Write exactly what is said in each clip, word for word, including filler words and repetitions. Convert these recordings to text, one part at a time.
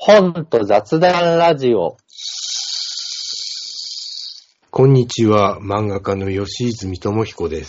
本と雑談ラジオ。 こんにちは、漫画家の吉泉智彦です。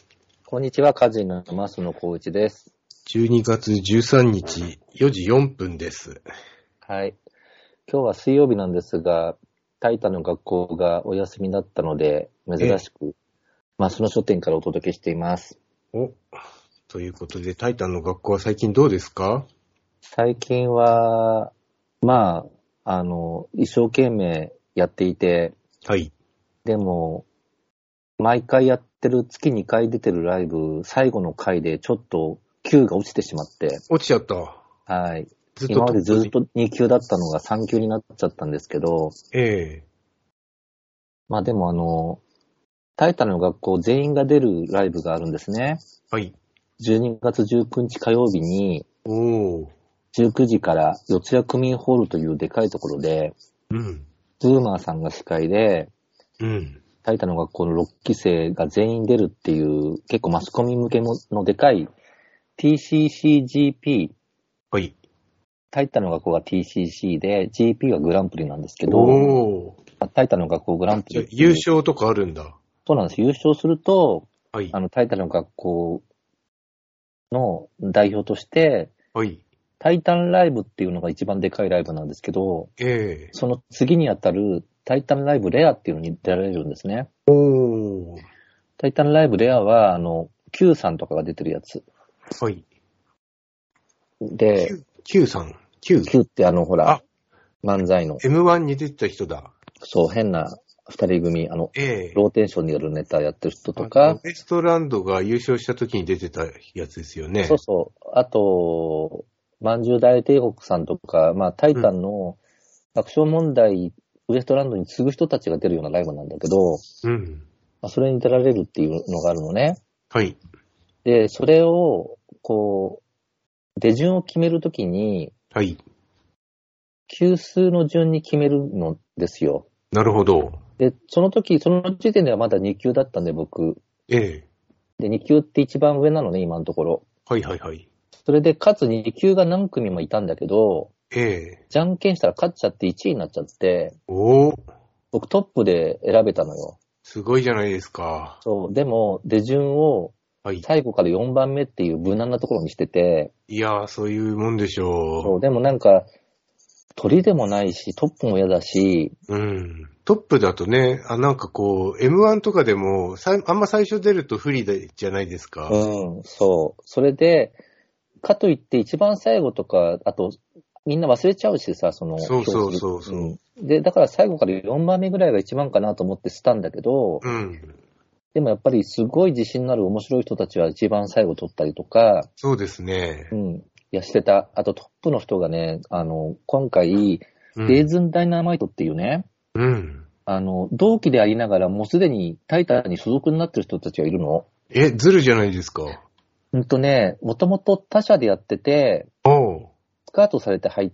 こんにちは、歌人の増野光一です。 じゅうにがつじゅうさんにちよじよんぷんです。 はい。今日は水曜日なんですが、タイタの学校がお休みだったので、珍しく増野書店からお届けしています。 お、ということで、タイタンの学校は最近どうですか？ 最近は、まあ、あの、一生懸命やっていて、 はい。 でも、毎回やってる、月にかい出てるライブ、最後の回でちょっと級が落ちてしまって、 落ちちゃった。 はい。 ずっと今までずっとに級だったのがさん級になっちゃったんですけど、 ええまあでもあの、タイタの学校全員が出るライブがあるんですね。 はい。 じゅうにがつじゅうくにち火曜日に、 おー。 じゅうくじから四谷区民ホールというでかいところで、 うん。 ズーマーさんが司会で、 うん。 タイタの学校のろっきせいが全員出るっていう、結構マスコミ向けのでかい ティーシーシージーピー、 はい。 タイタの学校が ティーシーシー で、ジーピー はグランプリなんですけど、 おー。 タイタの学校グランプじゃあリっていう。 優勝とかあるんだ。 そうなんです。優勝すると、 はい。 あの、タイタの学校の代表として、 はい。 タイタンライブっていうのが一番でかいライブなんですけど、 ええその次にあたるタイタンライブレアっていうのに出られるんですね。 おー。 タイタンライブレアは、あの、Q さんとかが出てるやつ。 はい。 で、 Q さん。Q。 Q ってあの、ほらあ、 漫才の、 エムワン に出てた人だ。 そう、変な二人組、あの、 ええローテンションによるネタやってる人とか、 ウエストランドが優勝した時に出てたやつですよね。 そうそう、あと、まんじゅう大帝国さんとか、まあ、タイタンの爆笑問題、ウエストランドに次ぐ人たちが出るようなライブなんだけど、 うん。 まあ、それに出られるっていうのがあるのね。 はい。 で、それを、こう、出順を決めるときに、 はい。 級数の順に決めるのですよ。 なるほど。 で、その時、その時点ではまだに級だったんで、僕。 ええ。 で、に級って一番上なのね、今のところ。 はいはいはい。 それで、かつに級が何組もいたんだけど、 ええ。 じゃんけんしたら勝っちゃっていちいになっちゃって、 おー。 僕トップで選べたのよ。 すごいじゃないですか。 そう。でも、出順をはい。 最後からよんばんめっていう無難なところにしてて、 いやー、そういうもんでしょそう。でもなんか、鳥でもないし、トップも嫌だし、 う。うん。トップだとね、あ、なんかこう、エムワン とかでも、さあんま最初出ると不利でじゃないですか。 うん、そう。それで、かといって一番最後とか、あと、みんな忘れちゃうしさ、その、 そうそうそうそう。 うん。で、だから最後からよんばんめぐらいが一番かなと思ってしたんだけど、 うん。 でもやっぱりすごい自信のある面白い人たちは一番最後取ったりとか、 そうですね。 うん。いや、してた。あとトップの人がね、あの、今回、 うん。 レーズンダイナマイトっていうね、 うん。 あの、同期でありながらもうすでにタイタンに所属になってる人たちがいるの。 え、ズルじゃないですか。 うんとね、もともと他社でやってて、 おう。 スカートされて入って、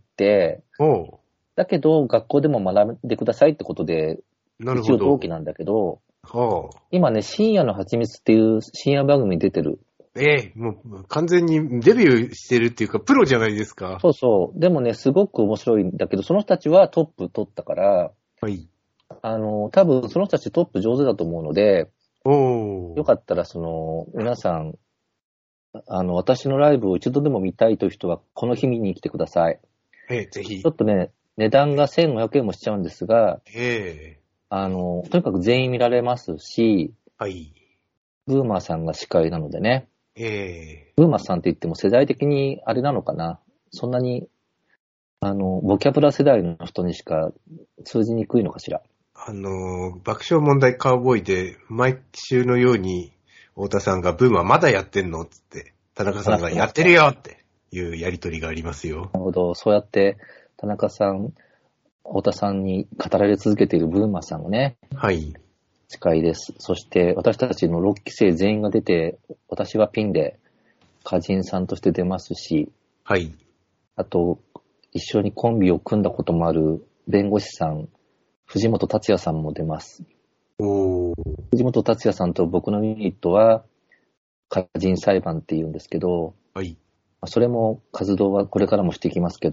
おう。 だけど学校でも学んでくださいってことで、一応なるほど。 同期なんだけど、 はあ。 今ね、深夜の蜂蜜っていう深夜番組に出てる。 ええ、もう完全にデビューしてるっていうか、プロじゃないですか。 そうそう。でもね、すごく面白いんだけど、その人たちはトップ取ったから、 はい。 あの、多分その人たちトップ上手だと思うので、 おー。 よかったらその、皆さん、あの、私のライブを一度でも見たいという人は、この日見に来てください。 ええ、ぜひ。 ちょっとね、値段がせんごひゃくえんもしちゃうんですが、 ええ。 あの、とにかく全員見られますし、 はい。 ブーマーさんが司会なのでね、 ええ。 ブーマーさんって言っても世代的にあれなのかな、そんなに、あの、ボキャブラ世代の人にしか通じにくいのかしら。 あのー、爆笑問題カウボーイで、毎週のように、太田さんが、ブームはまだやってんのつって、田中さんがやってるよっていうやりとりがありますよ。 なるほど、そうやって田中さん、太田さんに語られ続けているブーマーさんがね、 はい。 司会です。そして私たちのろっきせい全員が出て、私はピンで歌人さんとして出ますし、 はい。 あと一緒にコンビを組んだこともある弁護士さん、藤本達也さんも出ます。 おー。 藤本達也さんと僕のユニットは歌人裁判って言うんですけど、 はい。 それも活動はこれからもしていきますけど、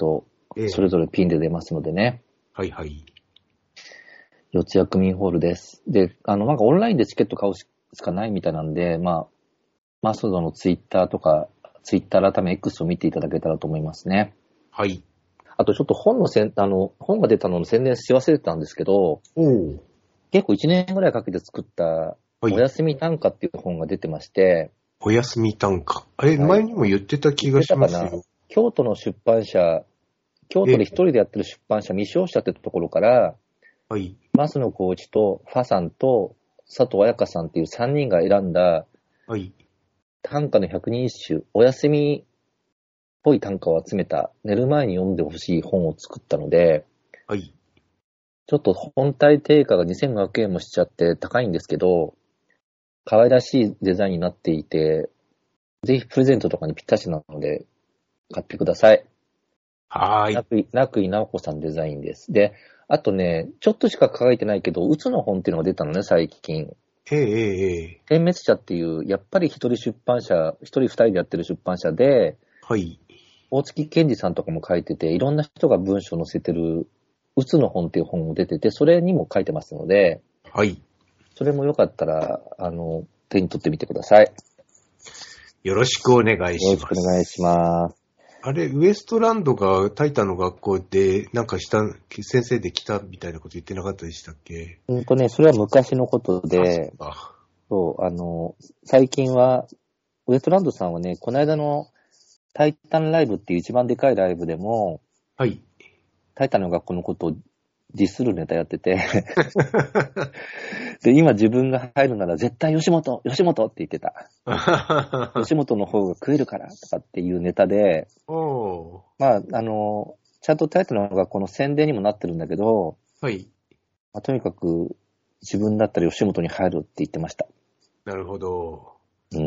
ええ、 それぞれピンで出ますのでね。 はいはい。 四谷区民ホールです。で、あの、なんかオンラインでチケット買うしかないみたいなんで、まあ、マスドのツイッターとか、ツイッター改め X を見ていただけたらと思いますね。 はい。 あとちょっと本のせん、あの、本が出たのの宣伝し忘れてたんですけど、 おー。 結構いちねんぐらいかけて作ったはい。 おやすみ短歌っていう本が出てまして、 おやすみ短歌。え、 はい。 前にも言ってた気がし出たかな。 ますよ。 京都の出版社、京都で一え、 人でやってる出版社、未商社ってところから、 はい。 増野幸一とファさんと佐藤彩香さんっていうさんにんが選んだはい。 短歌のひゃくにん一首、おやすみっぽい短歌を集めた、寝る前に読んでほしい本を作ったので、 はい。 ちょっと本体定価がにせんごひゃくえんもしちゃって高いんですけど、可愛らしいデザインになっていて、ぜひプレゼントとかにぴったしなので、買ってください。 はーい。 なくい、なくいなおこさんデザインです。で、あとね、ちょっとしか書いてないけど、うつの本っていうのが出たのね、最近。 ええ、ええ、ええ。 点滅社っていう、やっぱり一人出版社、一人二人でやってる出版社で、 はい。 大月健二さんとかも書いてて、いろんな人が文章を載せてる、うつの本っていう本も出てて、それにも書いてますので、 はい。 それもよかったら、あの、手に取ってみてください。よよろしくお願いしろしくます。 お願いします。 あれ、ウエストランドがタイタンの学校で、なんかした、先生で来たみたいなこと言ってなかったでしたっけ？ うんとね、それは昔のことあ、そで、 うか。 そう、あの、最近は、ウエストランドさんはね、この間のタイタンライブっていう一番でかいライブでも、 はい。 タイタンの学校のことをディスるネタやってて、で、今自分が入るなら絶対吉本、吉本って言ってた。吉本の方が食えるからとかっていうネタで、 おー。 まあ、あの、ちゃんとタイタンの学校の宣伝にもなってるんだけど、 はい。 まあ、とにかく自分だったら吉本に入るって言ってました。 なるほど。 うん。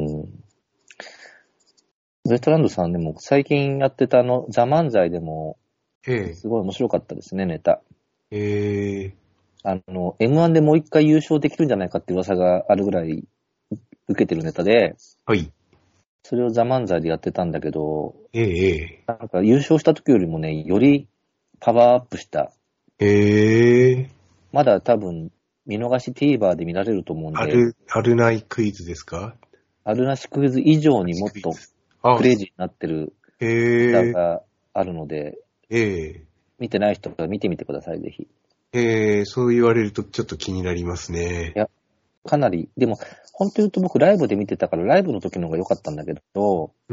ウエストランドさんでも最近やってたあの、ザ・漫才でも、 えすごい面白かったですね、ネタ。 え、ええ、 あの、エムワン でもう一回優勝できるんじゃないかって噂があるぐらい受けてるネタで、 はい。 それをザ・漫才でやってたんだけど、 ええ、 なんか優勝した時よりもね、よりパワーアップした。 ええ、ええ、 まだ多分、見逃し TVer で見られると思うんで、 ある、あるないクイズですか？ あるなしクイズ以上にもっとクイズ。あ、 クレイジーになってるえネタえ、 があるので、 ええ、 見てない人は見てみてください、ぜひ。いええ、そう言われるとちょっと気になりますね。 や、かなり、でも、本当言うと僕ライブで見てたからライブの時の方が良かったんだけど、 うん。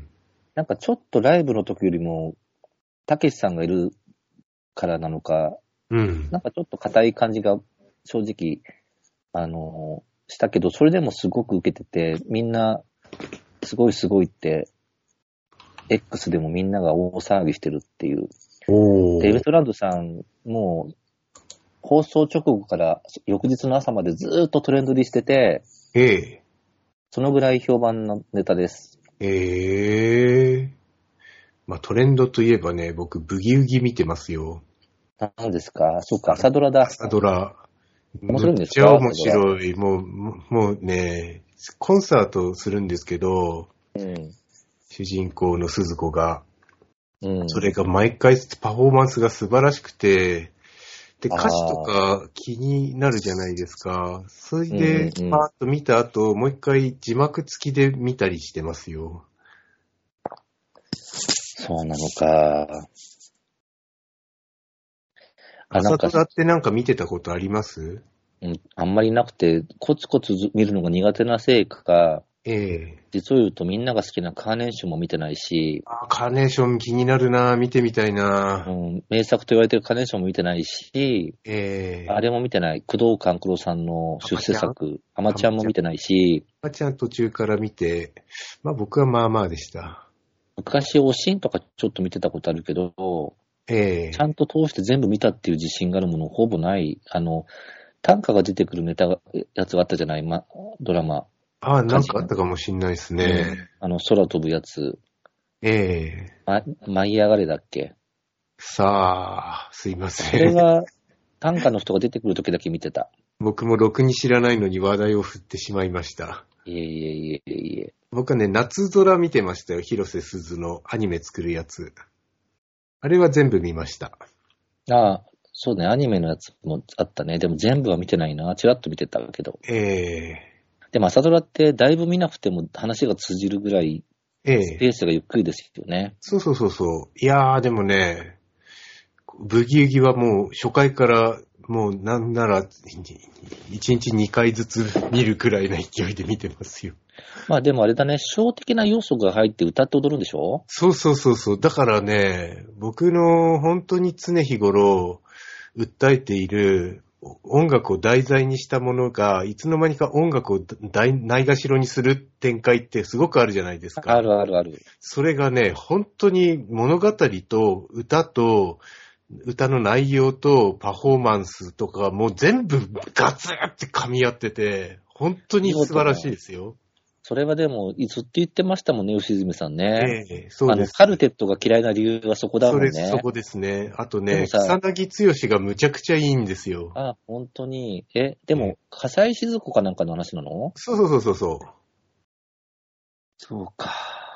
なんかちょっとライブの時よりも、たけしさんがいるからなのか、 うん。 なんかちょっと硬い感じが正直、あの、したけど、それでもすごく受けてて、みんな、すごいすごいって、X でもみんなが大騒ぎしてるっていう。で、ウエおー。 ストランドさん、もう、放送直後から翌日の朝までずーっとトレンド入りしてて、 ええ、 そのぐらい評判のネタです。 ええ。まあトレンドといえばね、僕、ブギウギ見てますよ。 何ですか？そうか、 あ朝ドラだ。 朝ドラ。 面むっ白いんですか？ ちゃ面朝ドラ。 白い。もう、ももうね、コンサートするんですけど、 うん。 主人公の鈴子が、 うん。 それが毎回パフォーマンスが素晴らしくて、で、歌詞とああ。 か気になるじゃないですか。それうんで、 うんうん。 パーッと見た後、もう一回字幕付きで見たりしてますよ。 そうなのか。あ、なんか、 朝ドラってなんか見てたことあります？ うん、あんまりなくて、コツコツ見るのが苦手なせいか、 ええ。 実を言うとみんなが好きなカーネーションも見てないし、 あ、カーネーション気になるな、見てみたいな。 うん、名作と言われてるカーネーションも見てないし、 ええ。 あれも見てない。工藤官九郎さんの出世作、アマちゃんも見てないし、 あちゃん途中から見て、まあ僕はまあまあでした。 昔、おしんとかちょっと見てたことあるけど、 ええ。 ちゃんと通して全部見たっていう自信があるものほぼない。あの、短歌が出てくるネタが、やつがあったじゃない、ま、ドラマ。 ああ、なん歌詞の。 かあったかもしんないですうん。 ね。 あの、空飛ぶやつ。 ええ。 ま、舞い上がれだっけ？ さあ、すいまそせん。 れが、短歌の人が出てくるときだけ見てた。 僕もろくに知らないのに話題を振ってしまいました。 いえいえいえいえ。 僕はね、夏空見てましたよ。広瀬すずのアニメ作るやつ。 あれは全部見ました。 ああ、そうね、アニメのやつもあったね。でも全部は見てないな。ちらっと見てたけど。 ええでも朝ドラってだいぶ見なくても話が通じるぐらい、 ええスペースがゆっくりですよね。 そうそうそうそう。いやー、でもね、ブギウギはもう初回からもうなんならいちにちにかいずつ見るくらいの勢いで見てますよ。 まあでもあれだね、ショー的な要素が入って歌って踊るんでしょ？ そうそうそうそう。だからね、僕の本当に常日頃訴えている音楽を題材にしたものがいつの間にか音楽をないないがしろにする展開ってすごくあるじゃないですか。 あるあるある。 それがね、本当に物語と歌と歌の内容とパフォーマンスとかもう全部ガツって噛み合ってて、本当に素晴らしいですよ。 それはでも、ずっと言ってましたもんね、吉住さんね。 ええそうです。 あの、カルテットが嫌いな理由はそこだもんね。 それ、そこですね。あとね、 でもさ草薙剛がむちゃくちゃいいんですよ。 あ、本当に。え、でも、 ええ笠井静子かなんかの話なの？ そうそうそうそうそう。 そうか。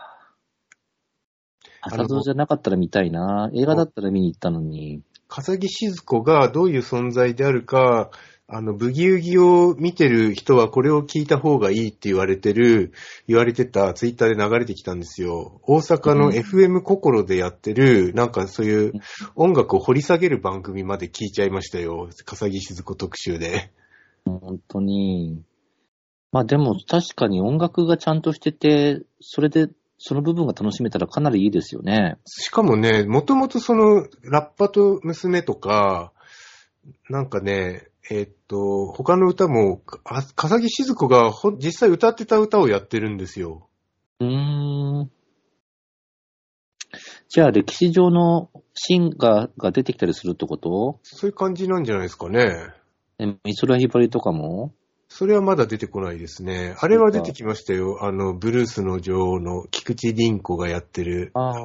あの朝ドラじゃなかったら見たいな。映画だったら見に行ったのに。 笠木静子がどういう存在であるか、あの、ブギウギを見てる人はこれを聞いた方がいいって言われてる、言われてたツイッターで流れてきたんですよ。大阪の エフエム 心でやってる、なんかそういう音楽を掘り下げる番組まで聞いちゃいましたよ。笠木静子特集で。 本当に。まあでも確かに音楽がちゃんとしてて、それでその部分が楽しめたらかなりいいですよね。 しかもね、もともとその、ラッパと娘とか、なんかね、えーっと、他の歌も、あ笠木静子がほん実際歌ってた歌をやってるんですよ。 うーん。じゃあ歴史上のシンガーが出てきたりするってこと？ そういう感じなんじゃないですかね。 え、美空ひばりとかも？ それはまだ出てこないですね。あれは出てきましたよ。あの、ブルースの女王の菊池凛子がやってる。 ああ。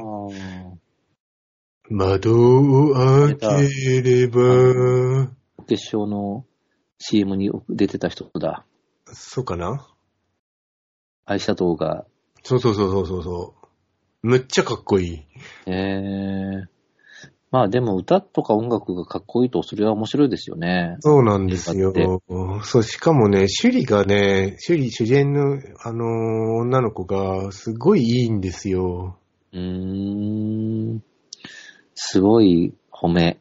窓を開ければ。 決勝の シーエム に出てた人だ。 そうかな？ アイシャドウが。 そうそうそうそうそう。むっちゃかっこいい。 ええー。まあでも歌とか音楽がかっこいいとそれは面白いですよね。 そうなんですよ。そう、しかもね、趣里がね、趣里主演の、あのー女の子がすごいいいんですよ。 うーん。すごい褒め。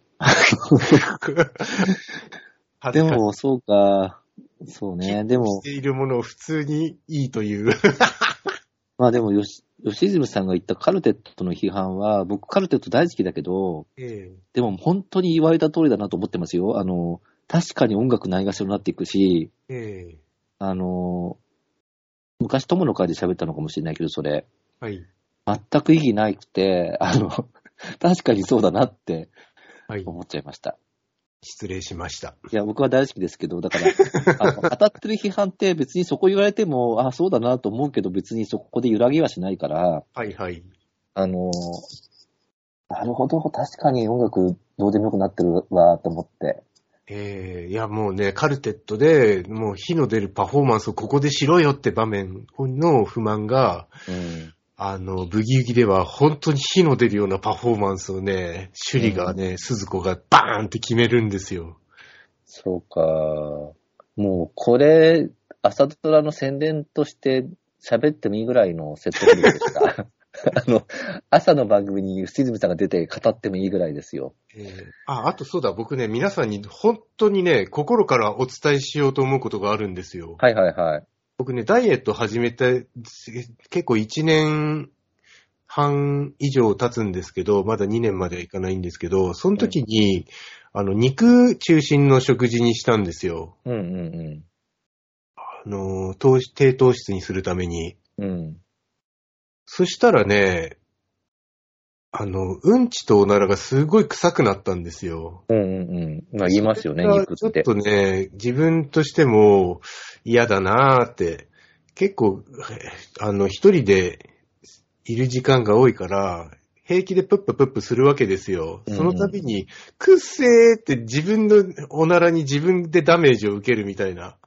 でも、そうか。そうね。でもし、ているものを普通にいいという。 まあでもよし、吉住さんが言ったカルテットの批判は、僕カルテット大好きだけど、 ええ、 でも本当に言われた通りだなと思ってますよ。あの、確かに音楽ないがしろになっていくし、 ええ、 あの、昔友の会で喋ったのかもしれないけど、それ。 はい。 全く意義なくて、あの、確かにそうだなってはい。 思っちゃいました。 失礼しました。 いや、僕は大好きですけど、だから、あの当たってる批判って別にそこ言われても、あ、そうだなと思うけど、別にそこで揺らぎはしないから、 はいはい。 あの、なるほど、確かに音楽どうでもよくなってるわ、と思って。 ええ、いやもうね、カルテットで、もう火の出るパフォーマンスをここでしろよって場面の不満が、 うん、 あの、ブギウギでは本当に火の出るようなパフォーマンスをね、趣里がね、うん、鈴子がバーンって決めるんですよ。 そうか。もうこれ、朝ドラの宣伝として喋ってもいいぐらいの説得力でした。あの、朝の番組に吉住さんが出て語ってもいいぐらいですよ。 えー、あ、あとそうだ、僕ね、皆さんに本当にね、心からお伝えしようと思うことがあるんですよ。 はいはいはい。 僕ね、ダイエット始めて、結構いちねんはん以上経つんですけど、まだにねんまではいかないんですけど、その時に、うん、あの、肉中心の食事にしたんですよ。 うんうんうん。 あの、糖質、低糖質にするために。 うん。 そしたらね、あの、うんちとおならがすごい臭くなったんですよ。 うんうんうん。まあ言いますよね、肉って。 ちょっとね、自分としても嫌だなーって、結構、あの、一人でいる時間が多いから、平気でプッププップするわけですよ。その度に、うん、くっせーって自分のおならに自分でダメージを受けるみたいな、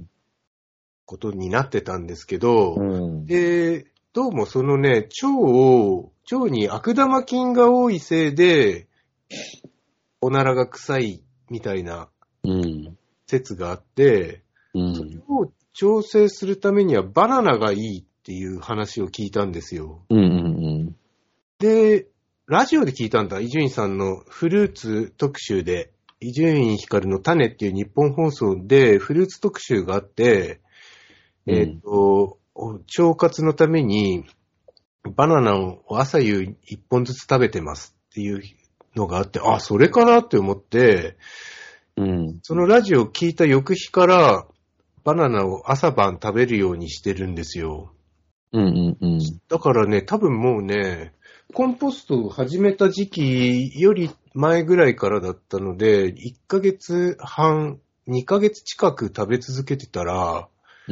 ことになってたんですけど、 うん、 で、どうもそのね、腸を腸に悪玉菌が多いせいで、おならが臭いみたいなうん。 説があって、 うん。 それを調整するためにはバナナがいいっていう話を聞いたんですよ。 うんうんで、ラジオで聞いたんだ。伊集院さんのフルーツ特集で、伊集院光の種っていう日本放送でフルーツ特集があって、 うん。 えっと、腸活のためにバナナを朝夕一本ずつ食べてますっていうのがあって、あ、それかなって思って、 うん。 そのラジオを聞いた翌日からバナナを朝晩食べるようにしてるんですよ。 うんうんうん。 だからね、多分もうね、コンポストを始めた時期より前ぐらいからだったので、いっかげつはん、にかげつ近く食べ続けてたら、 うん。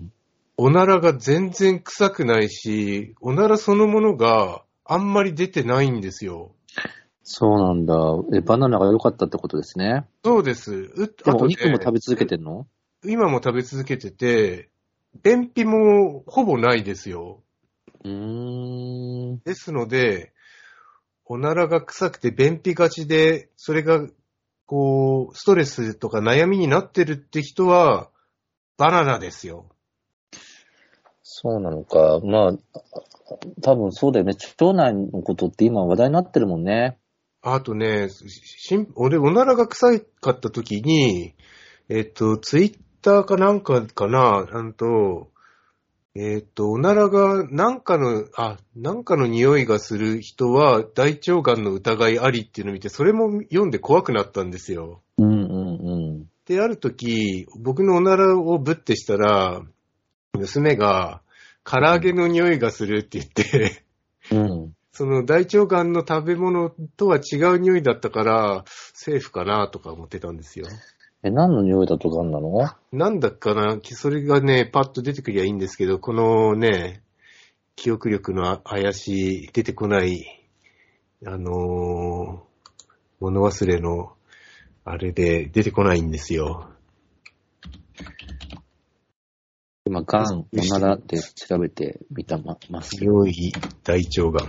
おならが全然臭くないし、おならそのものがあんまり出てないんですよ。 そうなんだ。え、バナナが良かったってことですね。 そうです。うでもおあとね肉も食べ続けてんの？ 今も食べ続けてて、便秘もほぼないですよ。 うーん。 ですので、おならが臭くて便秘がちで、それが、こう、ストレスとか悩みになってるって人は、バナナですよ。 そうなのか。まあ、多分そうだよね。腸内のことって今話題になってるもんね。 あとね、しん俺、おならが臭かった時に、えっと、ツイッターかなんかかな、なんと、えっと、おならがなんかの、あ、なんかの匂いがする人は大腸がんの疑いありっていうのを見て、それも読んで怖くなったんですよ。 うんうんうん。 で、ある時、僕のおならをぶってしたら、娘が、唐揚げの匂いがするって言って、 うん。 その大腸がんの食べ物とは違う匂いだったから、セーフかなとか思ってたんですよ。 え、何の匂いだとかあんなの？ なんだかな、それがね、パッと出てくりゃいいんですけど、このね、記憶力の怪しい、出てこない、あのー、物忘れの、あれで出てこないんですよ。 今、ガン、おならって調べてみたまますけど。 匂い、大腸がん。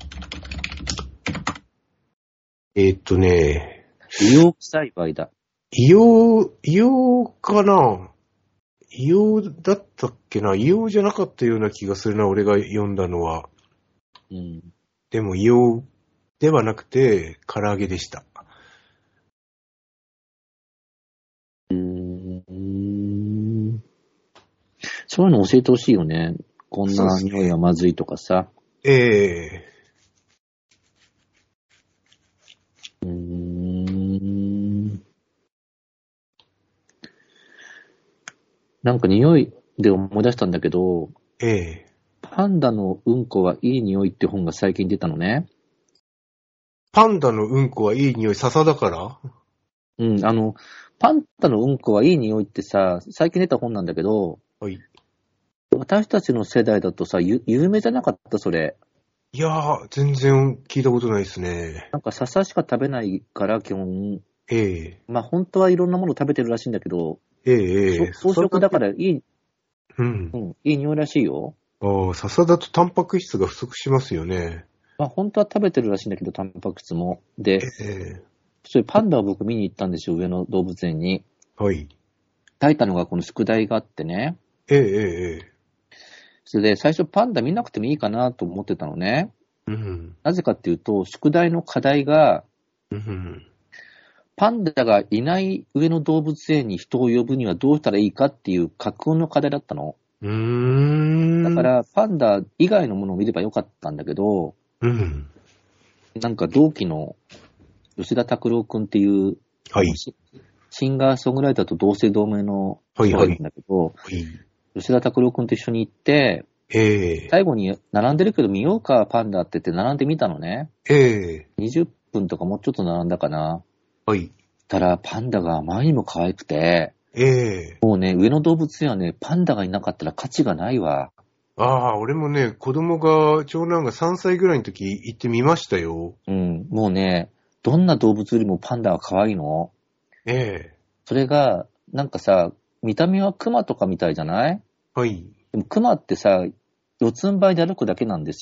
えーっとね、 医療栽培だ。 硫黄、硫黄かな硫黄だったっけな硫黄じゃなかったような気がするな、俺が読んだのは。 うん。 でも硫黄ではなくて、唐揚げでした。 うーん。そういうの教えてほしいよね。こんな匂いはまずいとかさ。 ええうーん。なんか匂いで思い出したんだけど、 ええパンダのうんこはいい匂いって本が最近出たのね。 パンダのうんこはいい匂い、笹だから。 うん、あの、パンダのうんこはいい匂いってさ、最近出た本なんだけど、 はい。 私たちの世代だとさ、ゆ有名じゃなかったそれ。 いやー、全然聞いたことないですね。 なんか笹しか食べないから基本、 ええまあ本当はいろんなもの食べてるらしいんだけど、 ええええそ草食だからいい、 うんう。ん、いい匂いらしいよ。 ああ、笹だとタンパク質が不足しますよね。 まあ本当は食べてるらしいんだけど、タンパク質も。で、 ええそれパンダを僕見に行ったんですよ、上野動物園に。 はい。 書いたのがこの宿題があってね。 ええええそれで最初パンダ見なくてもいいかなと思ってたのね。 うん。 なぜかっていうと、宿題の課題が、 うん。 パンダがいない上野動物園に人を呼ぶにはどうしたらいいかっていう架空の課題だったの。 うーん。 だから、パンダ以外のものを見ればよかったんだけど、 うん。 なんか同期の吉田拓郎くんっていう、 はい。 シシンガーソングライターと同姓同名の人がいるんだけど、 はい。 吉田拓郎くんと一緒に行って、 ええ最後に並んでるけど見ようかパンダって言って並んでみたのね。 ええにじゅっぷんとかもうちょっと並んだかな。 はい。 たらパンダがあまりにも可愛くて、 ええもうね、上野動物園はね、パンダがいなかったら価値がないわ。 ああ、俺もね、子供が、長男がさんさいぐらいの時行ってみましたよ。 うん、もうね、どんな動物よりもパンダは可愛いの。 ええそれが、なんかさ、見た目はクマとかみたいじゃない？ はい。 でもクマってさ、四つん這いで歩くだけなんですよ。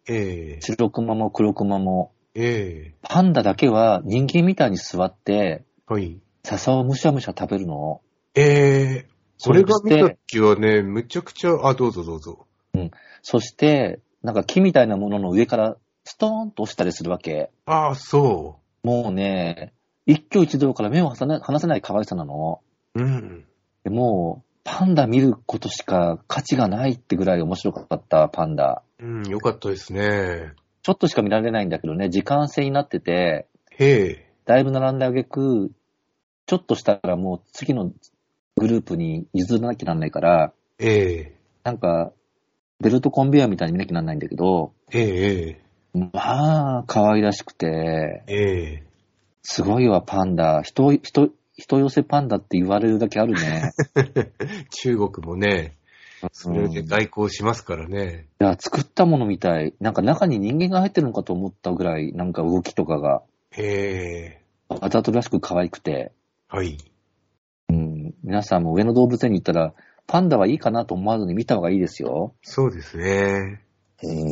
ええ。 白クマも黒クマも。 ええ。 パンダだけは人間みたいに座って、 はい。 笹をむしゃむしゃ食べるの。 ええ。 そ俺が見たして時はね、むちゃくちゃ、あ、どうぞどうぞ。 うん。そして、なんか木みたいなものの上からストーンと落ちたりするわけ。 ああ、そもうね、一挙一動から目を離せない離せない可愛さなの。 う。うん。 でもう、パンダ見ることしか価値がないってぐらい面白かったパンダ。 うん、よかったですね。 ちょっとしか見られないんだけどね、時間制になってて、 へえ。 だいぶ並んであげく、ちょっとしたらもう次のグループに譲らなきゃなんないから、 ええ。 なんか、ベルトコンベヤーみたいに見なきゃなんないんだけど、 ええ。 まあ、可愛らしくて、 ええ。 すごいわ、パンダ。人、人、人寄せパンダって言われるだけあるね。 中国もね、それでうん、い外交しますからね。 や、作ったものみたい。なんか中に人間が入ってるのかと思ったぐらい、なんか動きとかが、 ええ。 わざとらしく可愛くて、 はい。 うん、皆さんも上野動物園に行ったら、パンダはいいかなと思わずに見た方がいいですよ。 そうですね。 うん、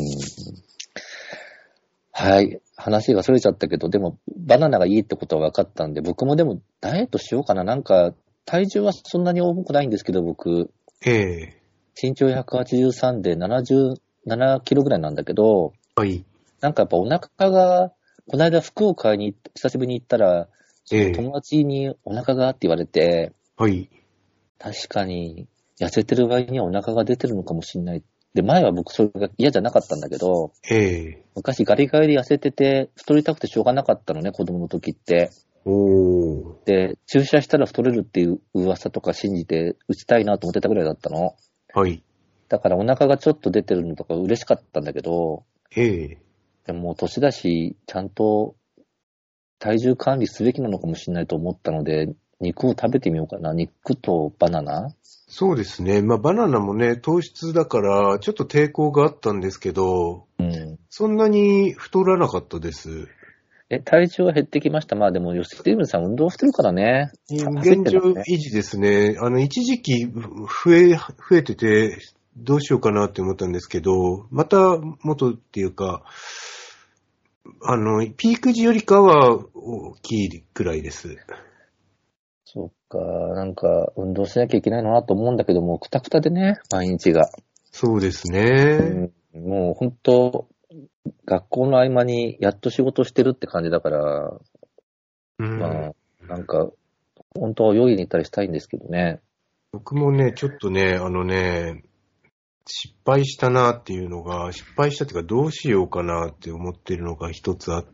はい。話が逸れちゃったけど、でも、バナナがいいってことは分かったんで、僕もでも、ダイエットしようかな。なんか、体重はそんなに多くないんですけど、僕、 ええ。 身長ひゃくはちじゅうさんでななじゅうななキロぐらいなんだけど、 はい。 なんかやっぱお腹が、この間服を買いに、久しぶりに行ったら、そのええ。 友達にお腹がって言われて、 はい。 確かに、痩せてる場合にはお腹が出てるのかもしれない。で、前は僕それが嫌じゃなかったんだけど、 ええ。 昔ガリガリで痩せてて、太りたくてしょうがなかったのね、子供の時って。 おー。 で、注射したら太れるっていう噂とか信じて打ちたいなと思ってたぐらいだったの。 はい。 だからお腹がちょっと出てるのとか嬉しかったんだけど、 ええ。 でももう年だし、ちゃんと体重管理すべきなのかもしれないと思ったので、肉を食べてみようかな。肉とバナナ。 そうですね。まあ、バナナもね、糖質だから、ちょっと抵抗があったんですけど、 うん。 そんなに太らなかったです。 え、体重は減ってきました。まあでも、吉田さん運動してるからね。 現状維持ですね。あの、一時期増え、増えてて、どうしようかなって思ったんですけど、また元っていうか、あの、ピーク時よりかは大きいくらいです。 そっか、なんか、運動しなきゃいけないのなと思うんだけども、くたくたでね、毎日が。 そうですね。 うん、もう本当、学校の合間にやっと仕事してるって感じだから、 うん、 まあ、なんか、本当は泳ぎに行ったりしたいんですけどね。 僕もね、ちょっとね、あのね、失敗したなっていうのが、失敗したっていうかどうしようかなって思ってるのが一つあって、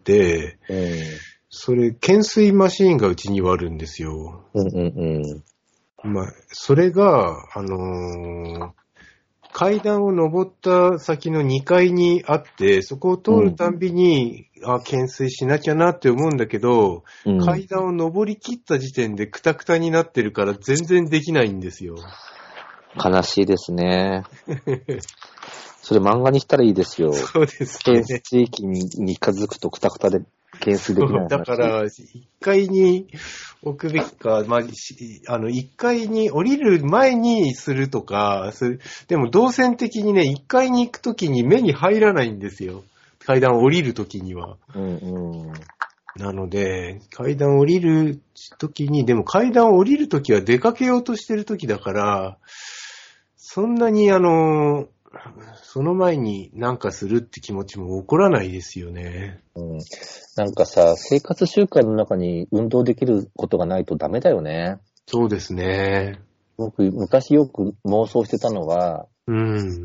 うん。 それ、懸垂マシーンがうちにはあるんですよ。 うんうんうん。 まあ、それが、あのー階段を登った先のにかいにあって、そこを通るたんびに、うん、あ、懸垂しなきゃなって思うんだけど、うん、階段を登り切った時点でクタクタになってるから全然できないんですよ。 悲しいですね。それ漫画にしたらいいですよ。 そうですね。 懸垂器に近づくとクタクタで懸垂できない話。 だから、いっかいに置くべきか、まあ、あの、いっかいに降りる前にするとか、でも動線的にね、いっかいに行くときに目に入らないんですよ。階段を降りるときには。 うんうん。 なので、階段を降りるときに、でも階段を降りるときは出かけようとしてるときだから、そんなにあの、その前に何かするって気持ちも起こらないですよね。 うん、なんかさ、生活習慣の中に運動できることがないとダメだよね。 そうですね。 僕、昔よく妄想してたのは、 うん。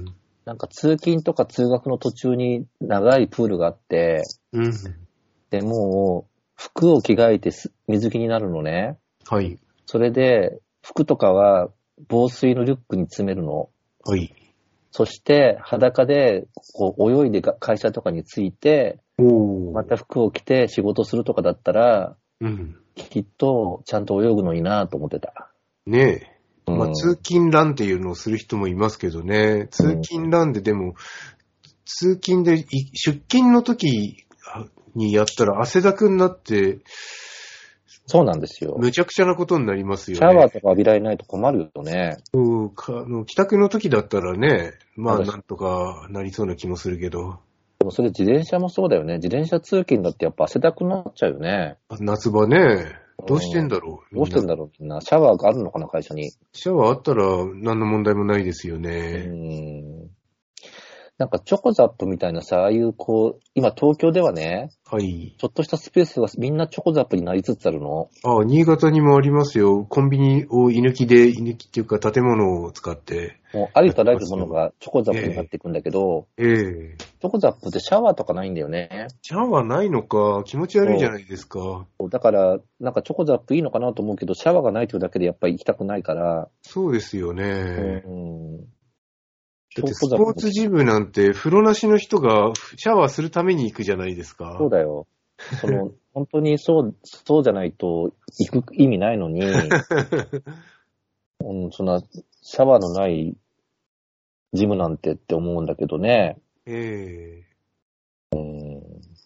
なんか通勤とか通学の途中に長いプールがあって、 うん。 で、もう、服を着替えて水着になるのね。 はい。 それで、服とかは防水のリュックに詰めるの。 はい。 そして、裸で、こう、泳いで会社とかに着いて、また服を着て仕事するとかだったら、 うん、 きっと、ちゃんと泳ぐのいいなと思ってた。 ねえ。 うん、 まあ、通勤ランっていうのをする人もいますけどね。通勤ランででも、うん、通勤で、出勤の時にやったら汗だくになって、 そうなんですよ。 むちゃくちゃなことになりますよね。 シャワーとか浴びられないと困るよね。 そう、かあの帰宅の時だったらね、まあなんとかなりそうな気もするけど。 でもそれ自転車もそうだよね。自転車通勤だってやっぱ汗だくなっちゃうよね。 夏場ね。どうしてんだろう。 どうしてんだろうみんな。シャワーがあるのかな、会社に。 シャワーあったら何の問題もないですようね。 ん。なんかチョコザップみたいなさ、ああいうこう、今東京ではね、 はい。 ちょっとしたスペースがみんなチョコザップになりつつあるの。 ああ、新潟にもありますよ。コンビニを居抜きで、居抜きっていうか建物を使って。 もうありとあらゆるものがチョコザップになっていくんだけど、 ええ。 チョコザップってシャワーとかないんだよね。 シャワーないのか。気持ち悪いじゃないですか。 だから、なんかチョコザップいいのかなと思うけど、シャワーがないというだけでやっぱり行きたくないから、 そうですよね。 うん。 だってスポーツジムなんて風呂なしの人がシャワーするために行くじゃないですか。 そうだよ。その、本当にそう、そうじゃないと行く意味ないのに、うん、そんな、シャワーのないジムなんてって思うんだけどね。 えうえ。 ん、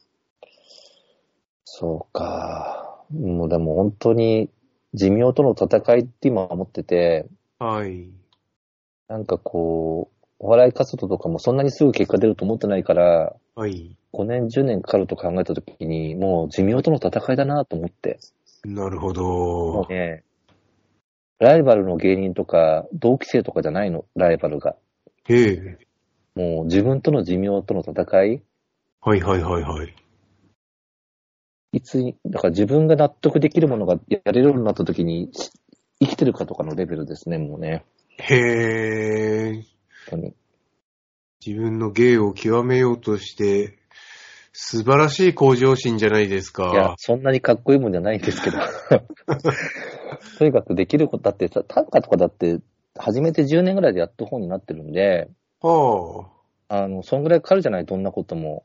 そうか。もうでも本当に寿命との戦いって今思ってて、 はい。 なんかこう、お笑い活動とかもそんなにすぐ結果出ると思ってないから、 はい。 ごねん、じゅうねんかかると考えたときに、もう寿命との戦いだなと思って。 なるほもうど。 ね、ライバルの芸人とか、同期生とかじゃないの、ライバルが。 ええ。 もう自分との寿命との戦い。 はいはいはいはい。 いつに、だから自分が納得できるものがやれるようになったときに、生きてるかとかのレベルですね、もうね。 へえ。 本当に。 自分の芸を極めようとして、素晴らしい向上心じゃないですか。 いや、そんなにかっこいいもんじゃないんですけど。とにかくできることだってさ、短歌とかだって、初めてじゅうねんぐらいでやっと本になってるんで、 はあ。 あの、そんぐらいかかるじゃない、どんなことも。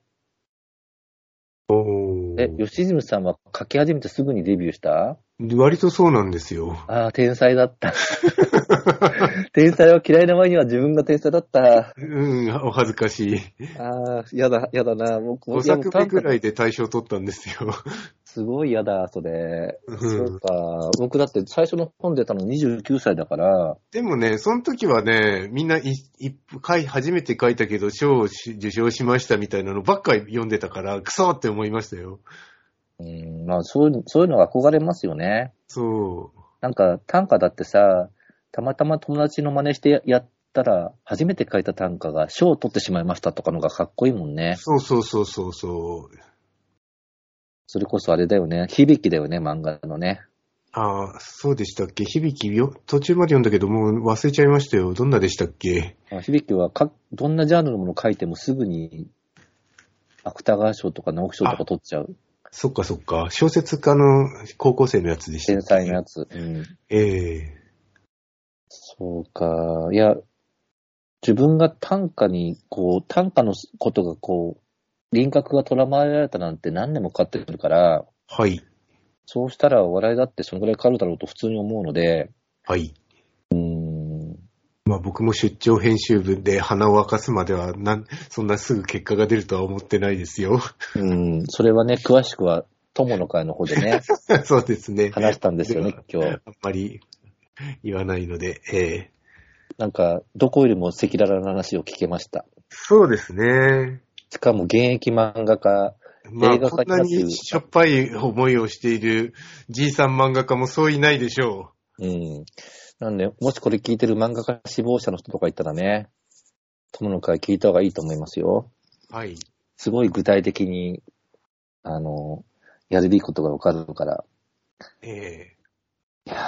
おえ、吉住さんは書き始めてすぐにデビューした？ 割とそうなんですよ。 ああ、天才だった。天才は嫌いな前には自分が天才だった。 うん、お恥ずかしい。 ああ、やだ、やだな。僕ごさくめくらいで大賞取ったんですよ。 すごいやだ、それ。 うんそうか。僕だって最初の本出たのにじゅうきゅうさいだから。 でもね、その時はね、みんない、い書い初めて書いたけど賞を受賞しましたみたいなのばっかり読んでたから、クソって思いましたよ。 うん、まあそういう、そういうのが憧れますよね。 そう。 なんか短歌だってさ、たまたま友達の真似してやったら、初めて書いた短歌が賞を取ってしまいましたとかのがかっこいいもんね。 そうそうそうそうそう。 それこそあれだよね。響きだよね、漫画のね。 ああ、そうでしたっけ。響きよ、途中まで読んだけど、もう忘れちゃいましたよ。どんなでしたっけ。 響きはか、どんなジャンルのものを書いてもすぐに、芥川賞とか直木賞とか取っちゃう。 そっかそっか。小説家の高校生のやつでしたっけ。 天才のやつ。うん。 ええー。 そうか。いや、自分が短歌に、こう、短歌のことがこう、輪郭が捉まえられたなんて何年もかかってるから、 はい。 そうしたらお笑いだってそのぐらいかかるだろうと普通に思うので、 はい。 うーん。 まあ僕も出張編集部で鼻を明かすまではなん、そんなすぐ結果が出るとは思ってないですよ。 うん。それはね、詳しくは友の会の方でね、 そうですね。 話したんですよね、今日。 あんまり言わないので、ええなんか、どこよりも赤裸々な話を聞けました。 そうですね。 しかも現役漫画家、 まあ、 映画こんな化になってるにしょっぱい思いをしているじいさん漫画家もそういないでしょうん。なんで、もしこれ聞いてる漫画家志望者の人とかいたらね、友の会聞いた方がいいと思いますよ。 う。はい。 すごい具体的に、あの、やるべきことがわかるから。 ええいや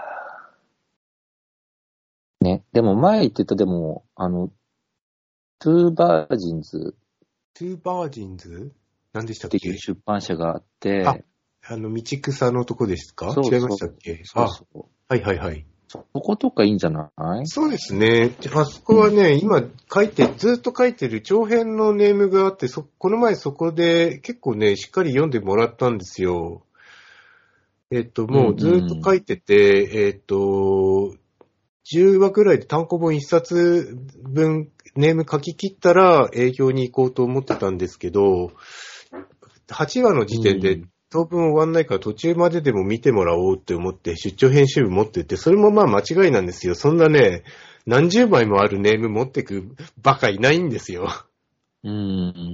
ーね、でも前言ってたでも、あの、トゥーバージンズトゥーバージンズ何でしたっけ。 っていう出版社があって、 あ、あの、道草のとこですか。 そうそう違いましたっけ。 そうそう。 あ、はいはいはい。 そこ、とかいいんじゃない？ そうですね。あそこはね、今書いて、ずっと書いてる長編のネームがあって、そ、この前そこで結構ね、しっかり読んでもらったんですよ。えっと、もうずっと書いてて、うんうん、えっと、じゅうわくらいで単行本いっさつぶんネーム書き切ったら営業に行こうと思ってたんですけど、はちわの時点で当分終わんないから途中まででも見てもらおうって思って出張編集部持ってって、それもまあ間違いなんですよ。そんなね、何十枚もあるネーム持ってくバカいないんですよ。 うん。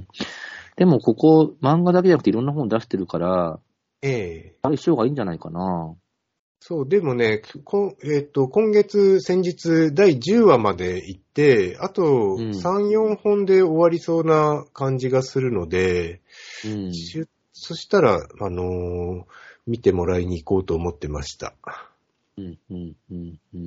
でもここ漫画だけじゃなくていろんな本出してるから、 ええ。 相性がいいんじゃないかな。 そう、でもね、こえっと、今月、先日、だいじゅうわまで行って、あとうん。 さん、よんほんで終わりそうな感じがするので、 うん。 しそしたら、あのー見てもらいに行こうと思ってました。 うん。うん。うん。うん。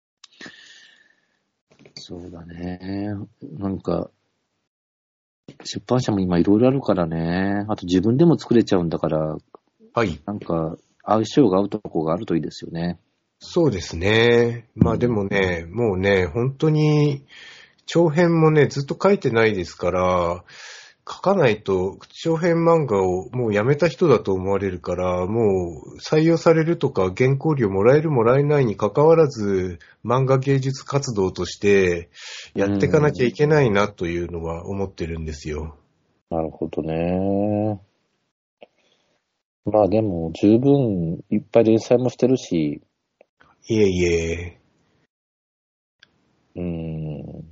そうだね。なんか、出版社も今いろいろあるからね。あと自分でも作れちゃうんだから、 はい。 なんか、相性が合うとこがあるといいですよね。 そうですね。まあでもね、もうね、本当に、長編もね、ずっと書いてないですから、書かないと、長編漫画をもうやめた人だと思われるから、もう採用されるとか原稿料もらえるもらえないに関わらず、漫画芸術活動としてうやっていかなきゃいん。 けないなというのは思ってるんですよ。 なるほどね。まあでも、十分いっぱい連載もしてるし、 いえいえ。 うん。